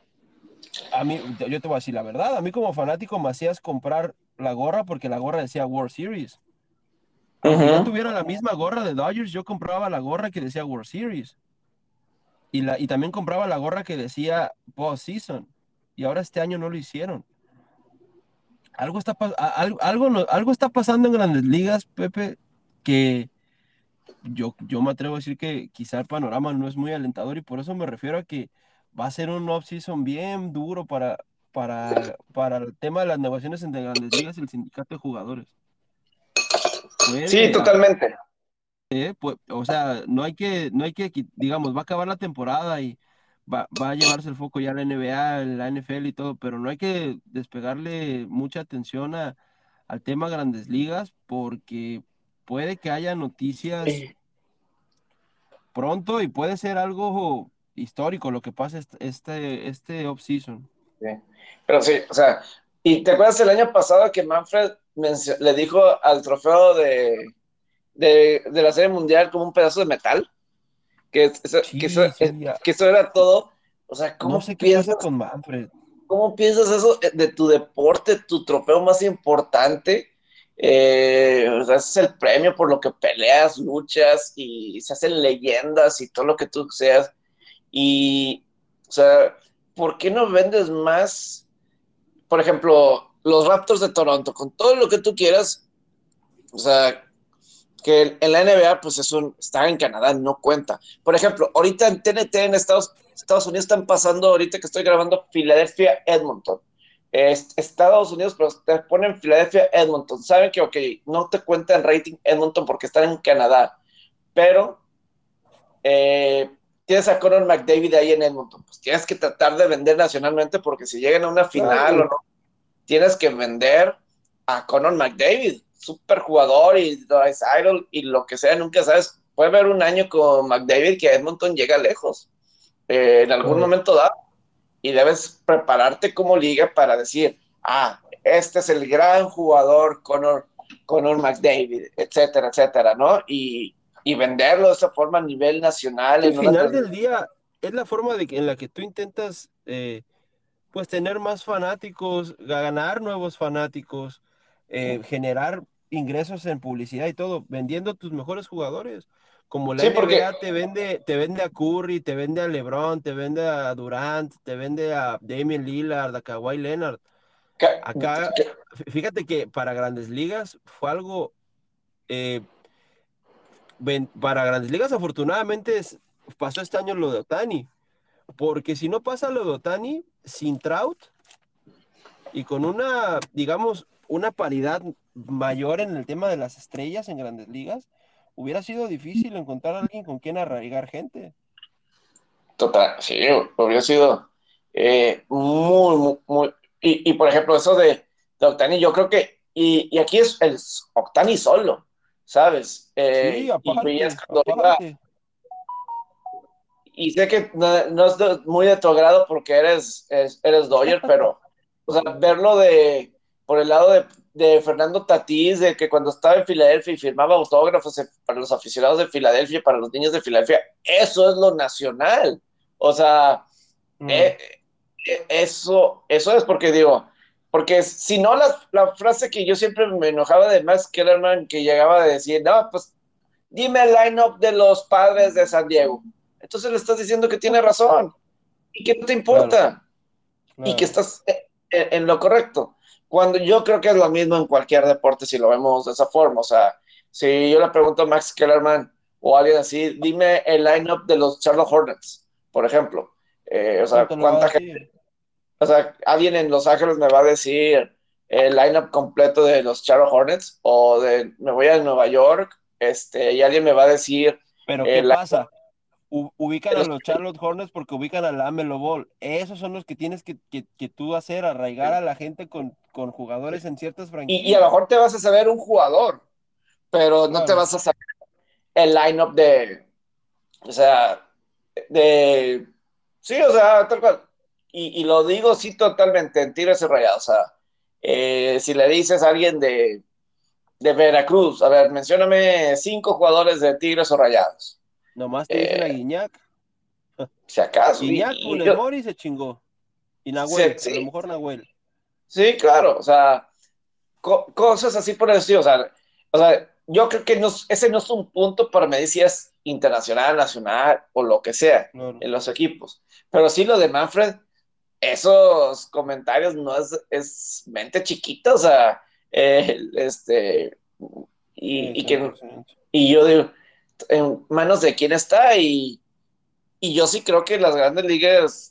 a mí, yo te voy a decir la verdad, a mí como fanático me hacías comprar la gorra porque la gorra decía World Series. Uh Aunque yo -huh. tuviera la misma gorra de Dodgers, yo compraba la gorra que decía World Series. Y, la, y también compraba la gorra que decía Postseason. Y ahora este año no lo hicieron. Algo está, pas- a- algo, algo, no- algo está pasando en Grandes Ligas, Pepe, que yo, yo me atrevo a decir que quizá el panorama no es muy alentador y por eso me refiero a que va a ser un off-season bien duro para, para, para el tema de las negociaciones entre Grandes Ligas y el sindicato de jugadores. Sí, Puede, a- totalmente. eh, pu- o sea, no hay que, no hay que, qui- digamos, va a acabar la temporada y va, va a llevarse el foco ya la N B A, la N F L y todo, pero no hay que despegarle mucha atención a, al tema Grandes Ligas porque puede que haya noticias Eh, pronto y puede ser algo histórico lo que pasa este, este, este off-season. Sí. Pero sí, o sea, ¿y te acuerdas el año pasado que Manfred mencio- le dijo al trofeo de, de, de la Serie Mundial como un pedazo de metal? Que, es- eso, que, eso, Sí, eh, sí, ya. que eso era todo. O sea, No ¿cómo sé qué piensas, pasa con Manfred. cómo piensas eso de tu deporte, tu trofeo más importante? Eh, o sea, es el premio por lo que peleas, luchas y se hacen leyendas y todo lo que tú seas. Y, o sea, ¿por qué no vendes más? Por ejemplo, los Raptors de Toronto, con todo lo que tú quieras, o sea, que en la N B A, pues es un, está en Canadá, no cuenta. Por ejemplo, ahorita en T N T en Estados, Estados Unidos están pasando, ahorita que estoy grabando, Filadelfia, Edmonton. Es Estados Unidos, pero te ponen Filadelfia, Edmonton. Saben que, ok, no te cuenta en rating Edmonton porque están en Canadá, pero eh, tienes a Conor McDavid ahí en Edmonton. Pues tienes que tratar de vender nacionalmente porque si llegan a una final o Claro. no, tienes que vender a Conor McDavid, super jugador y es idol y lo que sea, nunca sabes. Puede haber un año con McDavid que Edmonton llega lejos eh, en algún Claro. momento dado y debes prepararte como liga para decir, ah, este es el gran jugador Conor, Conor McDavid, etcétera, etcétera, ¿no? Y, y venderlo de esa forma a nivel Es nacional que al en una final del transmisión. día es la forma de que, en la que tú intentas eh, pues tener más fanáticos, ganar nuevos fanáticos, eh, generar ingresos en publicidad y todo, vendiendo tus mejores jugadores. Como la Sí, porque N B A te vende, te vende a Curry, te vende a LeBron, te vende a Durant, te vende a Damian Lillard, a Kawhi Leonard. Acá, fíjate que para Grandes Ligas fue algo, eh, ven- para Grandes Ligas, afortunadamente, es- pasó este año lo de Otani, porque si no pasa lo de Otani, sin Trout y con una, digamos, una paridad mayor en el tema de las estrellas en Grandes Ligas, hubiera sido difícil encontrar a alguien con quien arraigar gente. Total, sí, hubiera sido eh, muy, muy, muy- y, y, por ejemplo, eso de, de Octani, yo creo que, y, y aquí es el Octani solo, ¿sabes? Sí, Eh, y veías aparte, cuando iba, aparte. y sé que no, no es de- muy de tu agrado porque eres, es- eres Dodger, pero, o sea, verlo de, por el lado de, de Fernando Tatís, de que cuando estaba en Filadelfia y firmaba autógrafos eh, para los aficionados de Filadelfia, para los niños de Filadelfia, eso es lo nacional. O sea, Mm, eh, eh, eso, eso es porque digo, porque si no, la, la frase que yo siempre me enojaba de Max Kellerman, que llegaba a decir, no, pues dime el line-up de los padres de San Diego. Entonces le estás diciendo que tiene razón y que no te claro, importa y que claro. estás en, en lo correcto. Cuando yo creo que es lo mismo en cualquier deporte si lo vemos de esa forma. O sea, si yo le pregunto a Max Kellerman o a alguien así, dime el line-up de los Charlotte Hornets, por ejemplo. Eh, o No sea, te lo va a ¿cuánta gente? decir. O sea, alguien en Los Ángeles me va a decir el lineup completo de los Charlotte Hornets o de me voy a Nueva York, este, y alguien me va a decir Pero ¿qué el pasa? U- ubican de a los los Charlotte Hornets porque ubican a la Melo Ball. Esos son los que tienes que, que, que tú hacer, arraigar a la gente con, con jugadores en ciertas y, y a lo franquicias. mejor te vas a saber un jugador, pero no te Claro. vas a saber el lineup de, o sea, de, sí, o sea, tal cual. Y, y lo digo sí totalmente, en Tigres y Rayados. O sea, eh, si le dices a alguien de, de Veracruz, a ver, mencióname cinco jugadores de Tigres o Rayados. Nomás te dicen Eh, a Guiñac. si acaso. Y, Guiñac, y Funes yo, Mori se chingó. Y sí, Nahuel, a lo sí, mejor Nahuel. sí, claro, o sea, co- cosas así por el estilo, o sea, o sea, yo creo que no, es- ese no es un punto para medir si es internacional, nacional o lo que sea Claro. en los equipos, pero sí lo de Manfred, esos comentarios no es, es mente chiquita, o sea, eh, este, Sí, y, y cien que, por ciento. y yo digo, en manos de quién está, y, y yo sí creo que las grandes ligas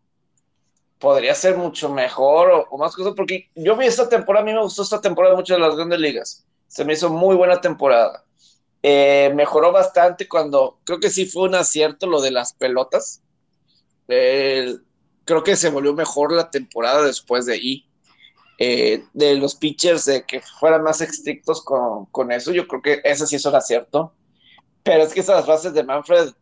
podría ser mucho mejor o, o más cosas, porque yo vi esta temporada, a mí me gustó esta temporada mucho de las grandes ligas, se me hizo muy buena temporada. Eh, mejoró bastante cuando, creo que sí fue un acierto lo de las pelotas. Eh, creo que se volvió mejor la temporada después de ahí. Eh, de los pitchers, de que fueran más estrictos con, con eso, yo creo que ese sí es un acierto. Pero es que esas frases de Manfred,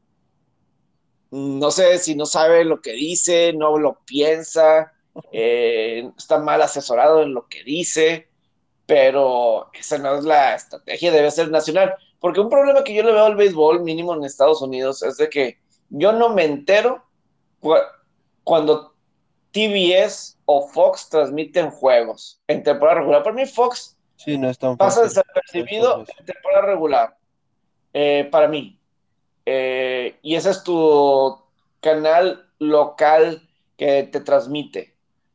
no sé si no sabe lo que dice, no lo piensa, eh, está mal asesorado en lo que dice, pero esa no es la estrategia, debe ser nacional. Porque un problema que yo le veo al béisbol, mínimo en Estados Unidos, es de que yo no me entero cu cuando T V S o Fox transmiten juegos en temporada regular. Para mí Fox Sí, no es tan pasa fácil. No es tan desapercibido fácil. en temporada regular, eh, para mí. Eh, y ese es tu canal local que te transmite.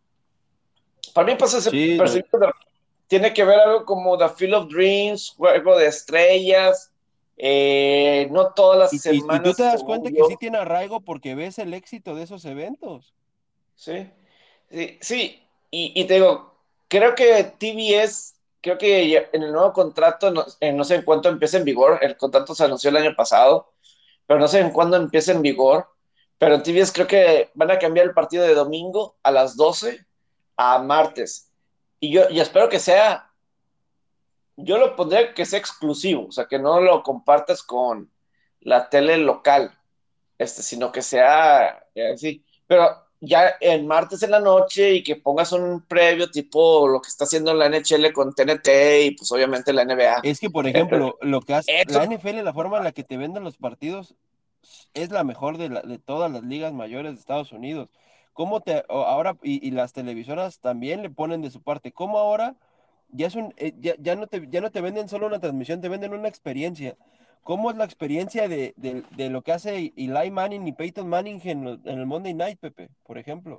Para mí pasa ese Sí, no. percibido, tiene que ver algo como The Field of Dreams, Juego de Estrellas, eh, no todas las Y, y, y tú te semanas, das según cuenta que sí yo, tiene arraigo porque ves el éxito de esos eventos. ¿sí? Sí, sí. Y, y te digo, creo que T V S, creo que ya en el nuevo contrato, no, eh, no sé en cuánto empieza en vigor, el contrato se anunció el año pasado, pero no sé en cuándo empieza en vigor, pero en T V S creo que van a cambiar el partido de domingo a las doce a martes. Y yo y espero que sea, yo lo pondré que sea exclusivo, o sea, que no lo compartas con la tele local, este, sino que sea eh, así. Pero ya el martes en la noche y que pongas un previo tipo lo que está haciendo la N H L con T N T y pues obviamente la N B A. Es que, por Eh, eh, ejemplo, lo que hace eso, la N F L, la forma en la que te venden los partidos es la mejor de, la- de todas las ligas mayores de Estados Unidos. ¿Cómo te, o ahora, y, y las televisoras también le ponen de su parte, cómo ahora ya es un, eh, ya, ya no te, ya no te venden solo una transmisión, te venden una experiencia? ¿Cómo es la experiencia de, de, de lo que hace Eli Manning y Peyton Manning en, lo- en el Monday Night, Pepe, por ejemplo?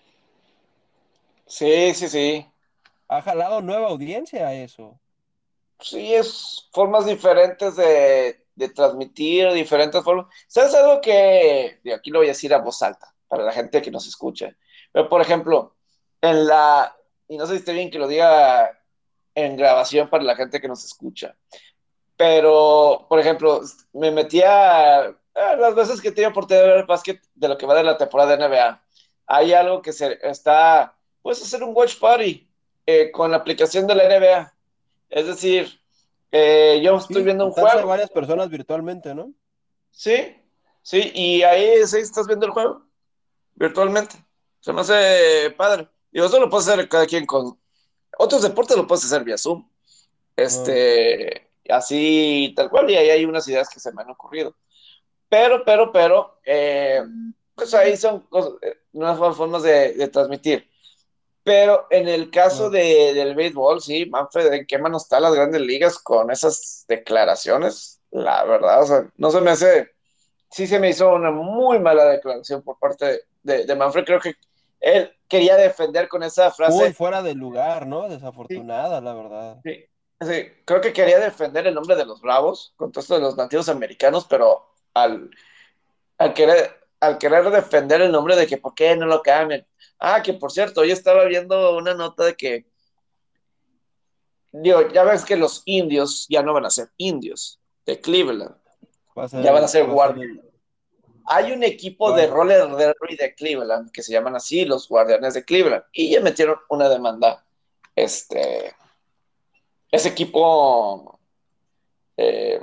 sí, sí, sí. Ha jalado nueva audiencia a eso. Sí, es formas diferentes de, de transmitir, diferentes formas. ¿Sabes algo que, y aquí lo voy a decir a voz alta, para la gente que nos escucha? Pero, por ejemplo, en la, y no sé si esté bien que lo diga en grabación para la gente que nos escucha, pero, por ejemplo, me metía a las veces que tenía oportunidad de ver básquet de lo que va de la temporada de N B A. Hay algo que se está, puedes hacer un watch party eh, con la aplicación de la N B A. Es decir, eh, yo estoy Sí, viendo un juntarse juego, varias personas virtualmente, ¿no? ¿sí? Sí, y ahí sí estás viendo el juego virtualmente. Se me hace padre. Y eso lo puede hacer cada quien con... Otros deportes lo puedes hacer vía Zoom. Ah, Este, así, tal cual, y ahí hay unas ideas que se me han ocurrido. Pero, pero, pero, eh, pues ahí son cosas, eh, nuevas formas de, de transmitir. Pero en el caso no. de, del béisbol, sí, Manfred, ¿en qué mano están las grandes ligas con esas declaraciones? La verdad, o sea, no se me hace, sí se me hizo una muy mala declaración por parte de, de, de Manfred. Creo que él quería defender con esa Muy frase, fuera de lugar, ¿no? sí, Desafortunada, la verdad. sí, sí, creo que quería defender el nombre de los Bravos con todo esto de los nativos americanos, pero al, al querer, al querer defender el nombre de que por qué no lo cambian. Ah, que por cierto, hoy estaba viendo una nota de que digo, ya ves que los indios ya no van a ser indios de Cleveland, Va a ser ya van a el, ser va a ser guardianes. el Hay un equipo de Guardians. roller derby de Cleveland que se llaman así, los Guardianes de Cleveland, y ya metieron una demanda. Este, ese equipo eh,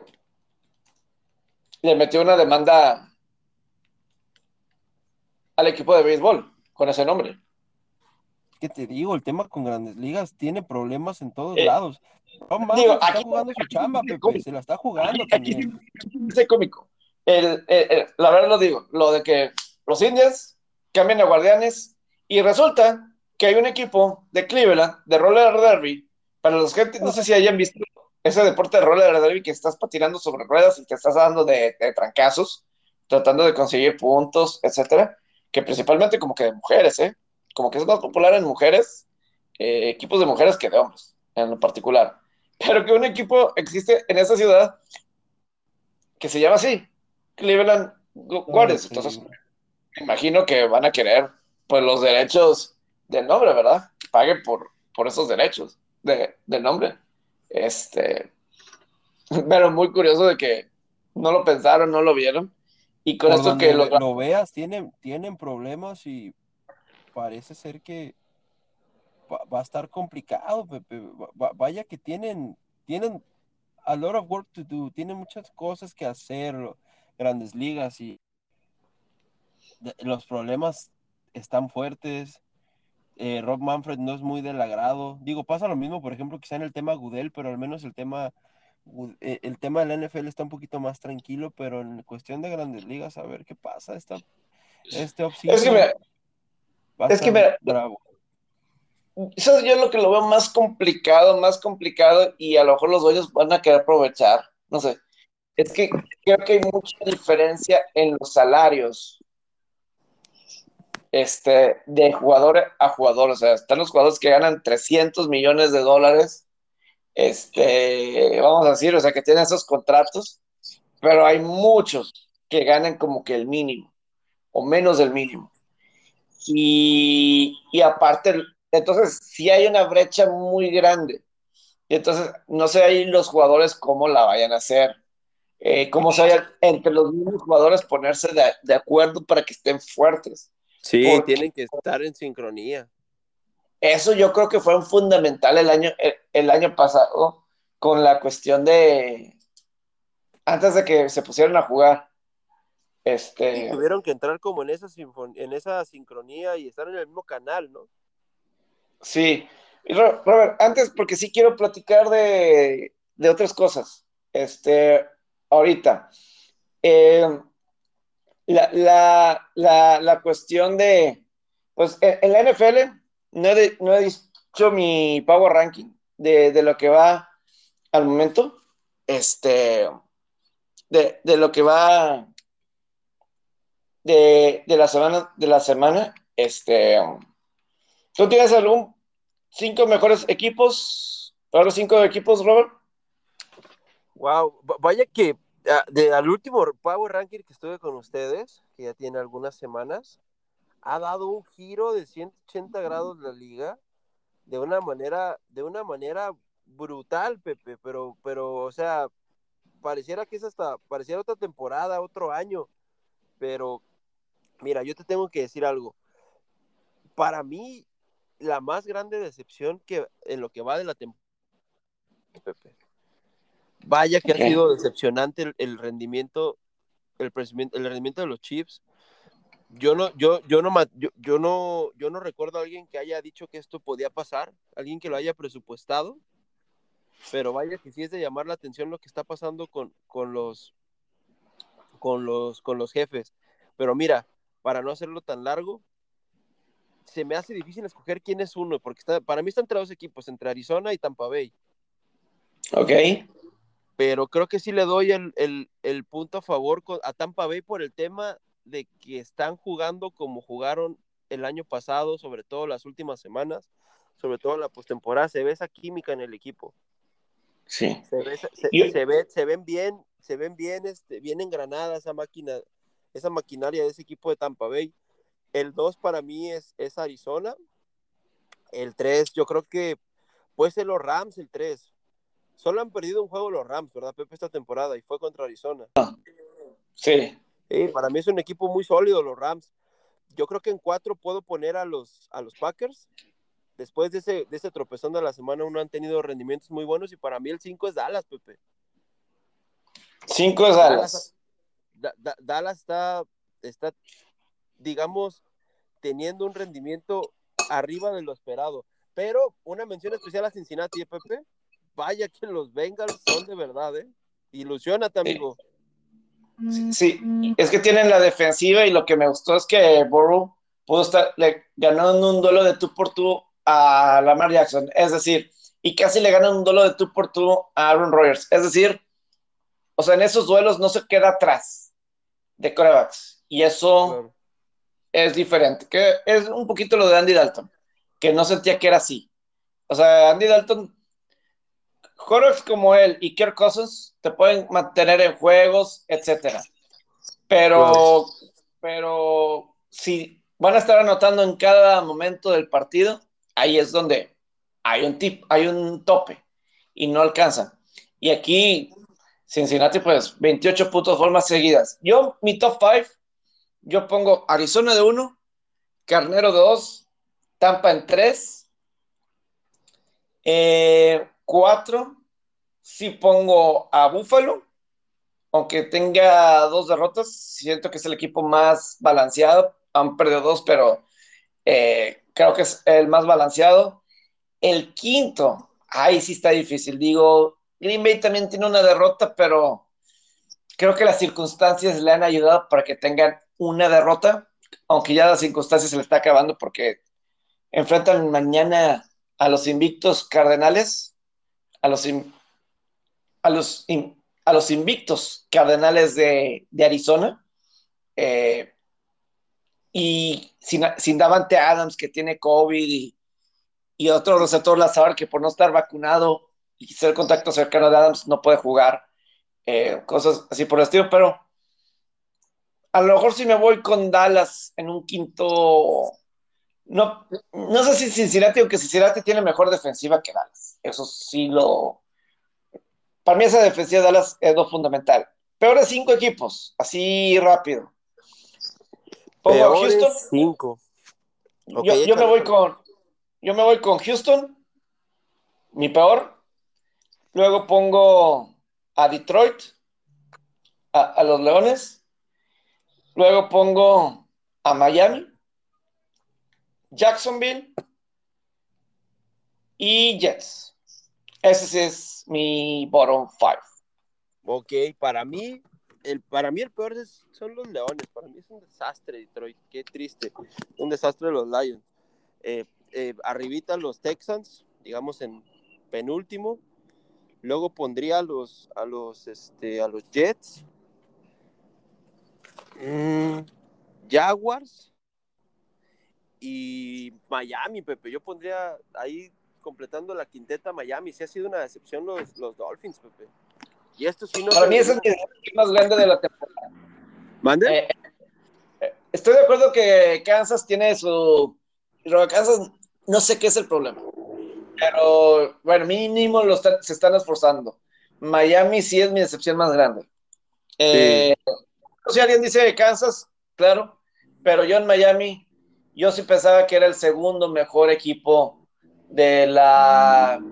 le metió una demanda al equipo de béisbol con ese nombre. ¿Qué te digo? El tema con Grandes Ligas tiene problemas en todos Eh, lados. Ron digo, Manfred está aquí, jugando su aquí sí chamba, es Pepe. cómico. Se la está Aquí, jugando aquí sí también. es cómico. El, el, el, la verdad lo digo, lo de que los indios cambian a guardianes y resulta que hay un equipo de Cleveland de roller derby. Para los gente, no sé si hayan visto ese deporte de roller derby que estás patinando sobre ruedas y te estás dando de, de trancazos, tratando de conseguir puntos, etcétera, que principalmente como que de mujeres, ¿eh? Como que es más popular en mujeres, eh, equipos de mujeres que de hombres, en lo particular. Pero que un equipo existe en esa ciudad que se llama así, Cleveland No, Guardians. Entonces, sí. me imagino que van a querer pues los derechos del nombre, ¿verdad? Que paguen por, por esos derechos de, del nombre. Este, pero muy curioso de que no lo pensaron, no lo vieron. Y con Por esto que donde lo... ve- lo veas, tienen, tienen problemas y parece ser que va, va a estar complicado, Pepe. Va- va- vaya que tienen, tienen a lot of work to do. Tienen muchas cosas que hacer, lo- Grandes Ligas y de- los problemas están fuertes. eh, Rob Manfred no es muy del agrado. Digo, pasa lo mismo, por ejemplo, quizá en el tema Goodell, pero al menos el tema, Gu- eh, el tema de la N F L está un poquito más tranquilo, pero en cuestión de Grandes Ligas, a ver qué pasa. Esta, este Es que, offseason mira, va a es que estar mira, bravo. eso es yo lo que lo veo más complicado, más complicado, y a lo mejor los dueños van a querer aprovechar. No sé, es que creo que hay mucha diferencia en los salarios este, de jugador a jugador. O sea, están los jugadores que ganan trescientos millones de dólares, este, vamos a decir, o sea, que tienen esos contratos, pero hay muchos que ganan como que el mínimo o menos del mínimo. Y, y aparte, entonces sí hay una brecha muy grande. Y entonces, no sé ahí los jugadores cómo la vayan a hacer. Eh, cómo se vayan entre los mismos jugadores ponerse de, de acuerdo para que estén fuertes. Sí, Porque tienen que estar en sincronía. eso yo creo que fue un fundamental el año, el, el año pasado con la cuestión de antes de que se pusieran a jugar. Sí, Este, tuvieron que entrar como en esa, sinfon- en esa sincronía y estar en el mismo canal, ¿no? sí. Y Ro- Robert, antes, porque sí quiero platicar de, de otras cosas. Este, ahorita. Eh, la, la, la, la cuestión de, pues en, en la N F L no he, de- no he dicho mi power ranking de, de lo que va al momento. Este, de, de lo que va de, de la semana, de la semana, este, ¿tú tienes algún cinco mejores equipos, los cinco equipos, Robert? Wow, vaya que uh, de, al último Power Ranking que estuve con ustedes, que ya tiene algunas semanas, ha dado un giro de ciento ochenta grados la liga de una manera, de una manera brutal, Pepe, pero, pero, o sea, pareciera que es hasta, pareciera otra temporada, otro año, pero mira, yo te tengo que decir algo. Para mí, la más grande decepción que en lo que va de la temporada, Pepe. Vaya que ha Okay. sido decepcionante el, el rendimiento, el, el rendimiento de los Chiefs. Yo no, yo, yo no, yo, yo no, yo no recuerdo a alguien que haya dicho que esto podía pasar, alguien que lo haya presupuestado, pero vaya que sí es de llamar la atención lo que está pasando con, con los, con los, con los jefes. Pero mira, para no hacerlo tan largo, se me hace difícil escoger quién es uno, porque está, para mí está entre dos equipos, entre Arizona y Tampa Bay. Ok. Pero creo que sí le doy el, el, el punto a favor con, a Tampa Bay por el tema de que están jugando como jugaron el año pasado, sobre todo las últimas semanas, sobre todo en la postemporada, se ve esa química en el equipo. Sí. Se, ve, se, Yo, se, ve, se ven bien, se ven bien, este, bien engranada esa máquina, esa maquinaria de ese equipo de Tampa Bay. El dos para mí es, es Arizona. El tres yo creo que puede ser los Rams, el tres. Solo han perdido un juego los Rams, ¿verdad, Pepe, esta temporada? Y fue contra Arizona. sí. Sí, para mí es un equipo muy sólido los Rams. Yo creo que en cuatro puedo poner a los, a los Packers. Después de ese, de ese tropezón de la semana uno han tenido rendimientos muy buenos y para mí el cinco es Dallas, Pepe. Cinco es Dallas, Dallas. da, da, Dallas está, está, digamos, teniendo un rendimiento arriba de lo esperado. Pero una mención especial a Cincinnati, ¿eh, Pepe? Vaya que los Bengals son de verdad, ¿eh? Ilusiónate, Sí. amigo. Sí, sí, es que tienen la defensiva y lo que me gustó es que Burrow pudo estar le ganando un duelo de tú por tú a Lamar Jackson, es decir, y casi le ganan un duelo de tú por tú a Aaron Rodgers, es decir, o sea, en esos duelos no se queda atrás de quarterbacks y eso Claro. es diferente, que es un poquito lo de Andy Dalton, que no sentía que era así. O sea, Andy Dalton, quarterbacks como él y Kirk Cousins te pueden mantener en juegos, etcétera. Claro. Pero, pero si van a estar anotando en cada momento del partido, ahí es donde hay un tip, hay un tope y no alcanzan. Y aquí Cincinnati, pues veintiocho puntos formas seguidas. Yo, mi top cinco, yo pongo Arizona de uno, Carnero de dos, Tampa en tres, eh, cuatro, sí pongo a Buffalo, aunque tenga dos derrotas, siento que es el equipo más balanceado. Han perdido dos, pero eh, creo que es el más balanceado. El quinto, ahí sí está difícil. Digo, Green Bay también tiene una derrota, pero creo que las circunstancias le han ayudado para que tengan una derrota, aunque ya las circunstancias se le está acabando porque enfrentan mañana a los invictos Cardenales, a los, in, a los, in, a los invictos Cardenales de, de Arizona. Eh, y sin, sin Davante Adams, que tiene COVID, y, y otro receptor Lazar, que por no estar vacunado y ser contacto cercano de Adams, no puede jugar. Eh, cosas así por el estilo, pero a lo mejor si me voy con Dallas en un quinto. No, no sé si Cincinnati, aunque Cincinnati tiene mejor defensiva que Dallas. Eso sí lo. Para mí, esa defensiva de Dallas es lo fundamental. Peores cinco equipos, así rápido. Pongo a Houston. Peores cinco. Ok, Yo, yo me échalo, voy échalo. con. Yo me voy con Houston, mi peor. Luego pongo a Detroit, a, a los Leones. Luego pongo a Miami, Jacksonville y Jets. Ese sí es mi bottom five. Ok, para mí, el, para mí el peor es, son los Leones. Para mí es un desastre Detroit. Qué triste. Un desastre los Lions. Eh, eh, arribita los Texans, digamos en penúltimo. Luego pondría a los, a los, este, a los Jets. Mm, Jaguars y Miami, Pepe. Yo pondría ahí completando la quinteta Miami. Sí ha sido una decepción los, los Dolphins, Pepe. Y esto sí no Para se mí ese es veía. el más grande de la temporada. ¿Mande? Eh, eh, estoy de acuerdo que Kansas tiene su... Pero Kansas, no sé qué es el problema. Pero, bueno, mínimo lo está- se están esforzando. Miami sí es mi decepción más grande. Sí. Eh, si alguien dice Kansas, claro, pero yo en Miami, yo sí pensaba que era el segundo mejor equipo de la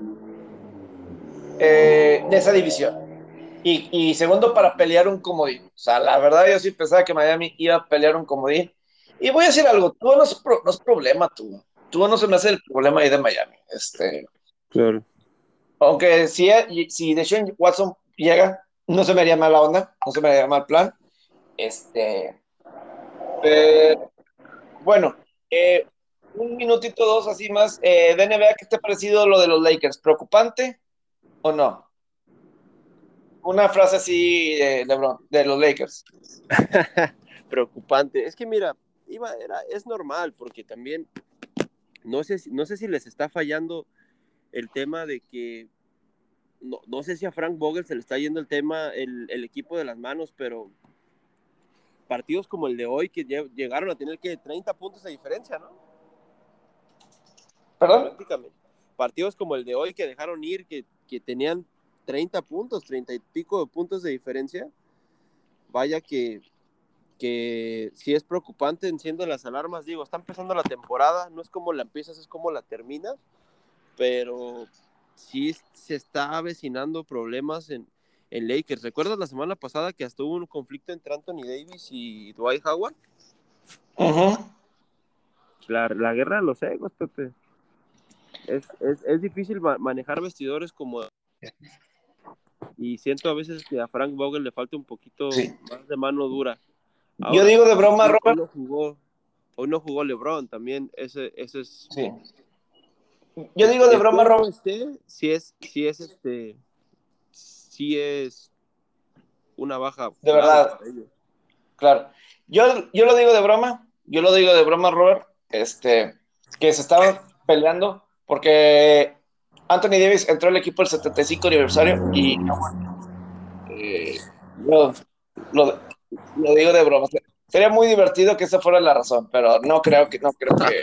eh, de esa división. Y, y segundo para pelear un comodín. O sea, la verdad yo sí pensaba que Miami iba a pelear un comodín. Y voy a decir algo, tú no es, pro, no es problema, tú. Tú no se me hace el problema ahí de Miami. Este, Claro. aunque si, si Deshaun Watson llega, no se me haría mala onda, no se me haría mal plan. Este, pero, bueno, eh, un minutito, dos así más. Eh, de N B A, ¿qué te ha parecido lo de los Lakers? ¿Preocupante o no? Una frase así de LeBron, de los Lakers. Preocupante. Es que mira, iba, era, es normal, porque también no sé, si- no sé si les está fallando el tema de que no, no sé si a Frank Vogel se le está yendo el tema, el, el equipo de las manos, pero partidos como el de hoy que lle- llegaron a tener que treinta puntos de diferencia, ¿no? ¿Perdón? Prácticamente. Partidos como el de hoy que dejaron ir, que, que tenían treinta puntos, treinta y pico de puntos de diferencia. Vaya que, que sí es preocupante, enciendo las alarmas. Digo, está empezando la temporada, no es como la empiezas, es como la terminas, pero sí se está avecinando problemas en, en Lakers. ¿Recuerdas la semana pasada que hasta hubo un conflicto entre Anthony Davis y Dwight Howard? Uh-huh. La, la guerra de los egos, Pepe. Es, es, es difícil ma- manejar vestidores como... Y siento a veces que a Frank Vogel le falta un poquito Sí. más de mano dura. Yo Ahora, digo de broma, hoy, hoy Robert. no jugó, hoy no jugó LeBron, también ese, ese es... Sí. Yo Es, digo de esté broma, o no Robert. esté, si es, si es este, si es una baja De clave verdad, para ellos. claro. Yo, yo lo digo de broma. Yo lo digo de broma, Robert. Este, que se estaban peleando porque Anthony Davis entró al equipo del setenta y cinco aniversario y eh, yo lo, lo digo de broma. Sería muy divertido que esa fuera la razón, pero no creo que, no creo que.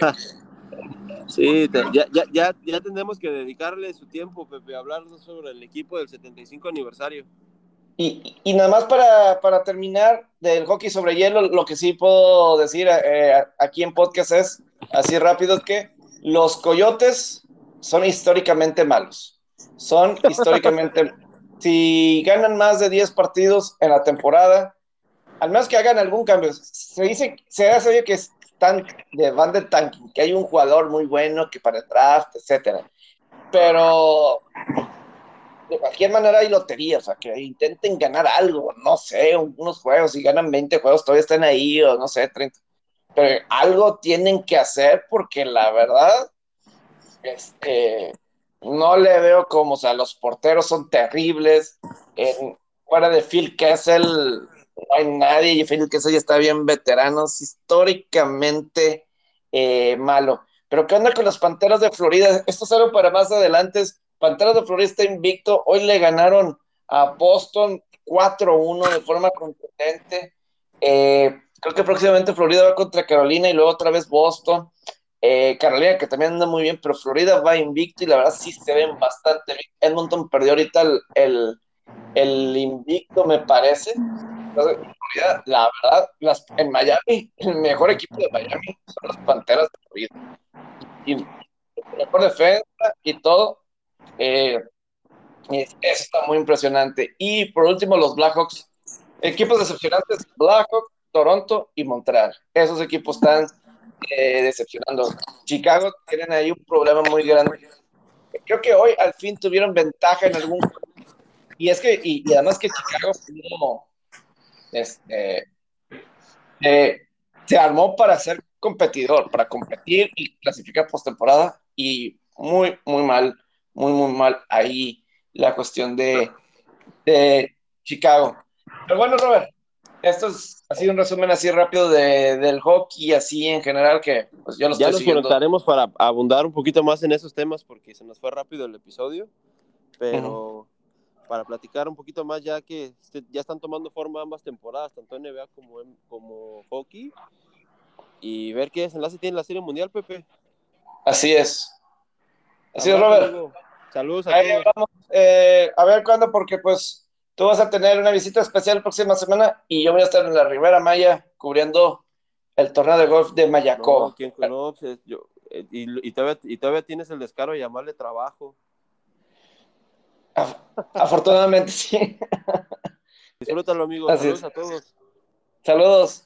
Sí, te, ya, ya, ya, ya tendremos que dedicarle su tiempo, Pepe, a hablar sobre el equipo del setenta y cinco aniversario. Y, y nada más para, para terminar del hockey sobre hielo, lo que sí puedo decir eh, aquí en podcast es, así rápido, que los Coyotes son históricamente malos. Son históricamente... Si ganan más de diez partidos en la temporada, al menos que hagan algún cambio, se dice, se hace oye que están de van de tanking, que hay un jugador muy bueno que para el draft, etcétera. Pero de cualquier manera hay lotería, o sea, que intenten ganar algo, no sé, unos juegos, si ganan veinte juegos todavía están ahí, o no sé, treinta, pero algo tienen que hacer porque la verdad, este, no le veo como, o sea, los porteros son terribles, en, fuera de Phil Kessel no hay nadie, y Phil Kessel ya está bien veterano, es históricamente eh, malo. Pero ¿qué onda con las Panteras de Florida? Esto es algo para más adelante. Panteras de Florida está invicto. Hoy le ganaron a Boston cuatro uno de forma contundente. Eh, creo que próximamente Florida va contra Carolina y luego otra vez Boston. Eh, Carolina, que también anda muy bien, pero Florida va invicto y la verdad sí se ven bastante bien. Edmonton perdió ahorita el, el, el invicto, me parece. Entonces, Florida, la verdad, las, en Miami, el mejor equipo de Miami son las Panteras de Florida. Y mejor defensa y todo. Eh, y eso está muy impresionante. Y por último, los Blackhawks. Equipos decepcionantes: Blackhawks, Toronto y Montreal. Esos equipos están eh, decepcionando. Chicago tienen ahí un problema muy grande. Creo que hoy al fin tuvieron ventaja en algún. Y es que, y, y además que Chicago no, este, eh, se armó para ser competidor, para competir y clasificar postemporada. Y muy, muy mal, muy, muy mal ahí la cuestión de, de Chicago. Pero bueno, Robert, esto es, ha sido un resumen así rápido de, del hockey, así en general, que pues yo lo Ya estoy nos siguiendo. conectaremos para abundar un poquito más en esos temas porque se nos fue rápido el episodio, Uh-huh. pero para platicar un poquito más, ya que este, ya están tomando forma ambas temporadas, tanto N B A como, como hockey, y ver qué desenlace tiene la Serie Mundial, Pepe. Así es. Así es, Abrazo, Robert. amigo. Saludos a Ahí todos. hablamos. Eh, a ver cuándo, porque pues tú vas a tener una visita especial la próxima semana y yo voy a estar en la Ribera Maya cubriendo el torneo de golf de No, Mayacó. ¿quién conoce? Yo, eh, y, y, todavía, y todavía tienes el descaro de llamarle trabajo. Af- Afortunadamente, sí. Disfrútalo, amigo. Así Saludos es. a todos. Saludos.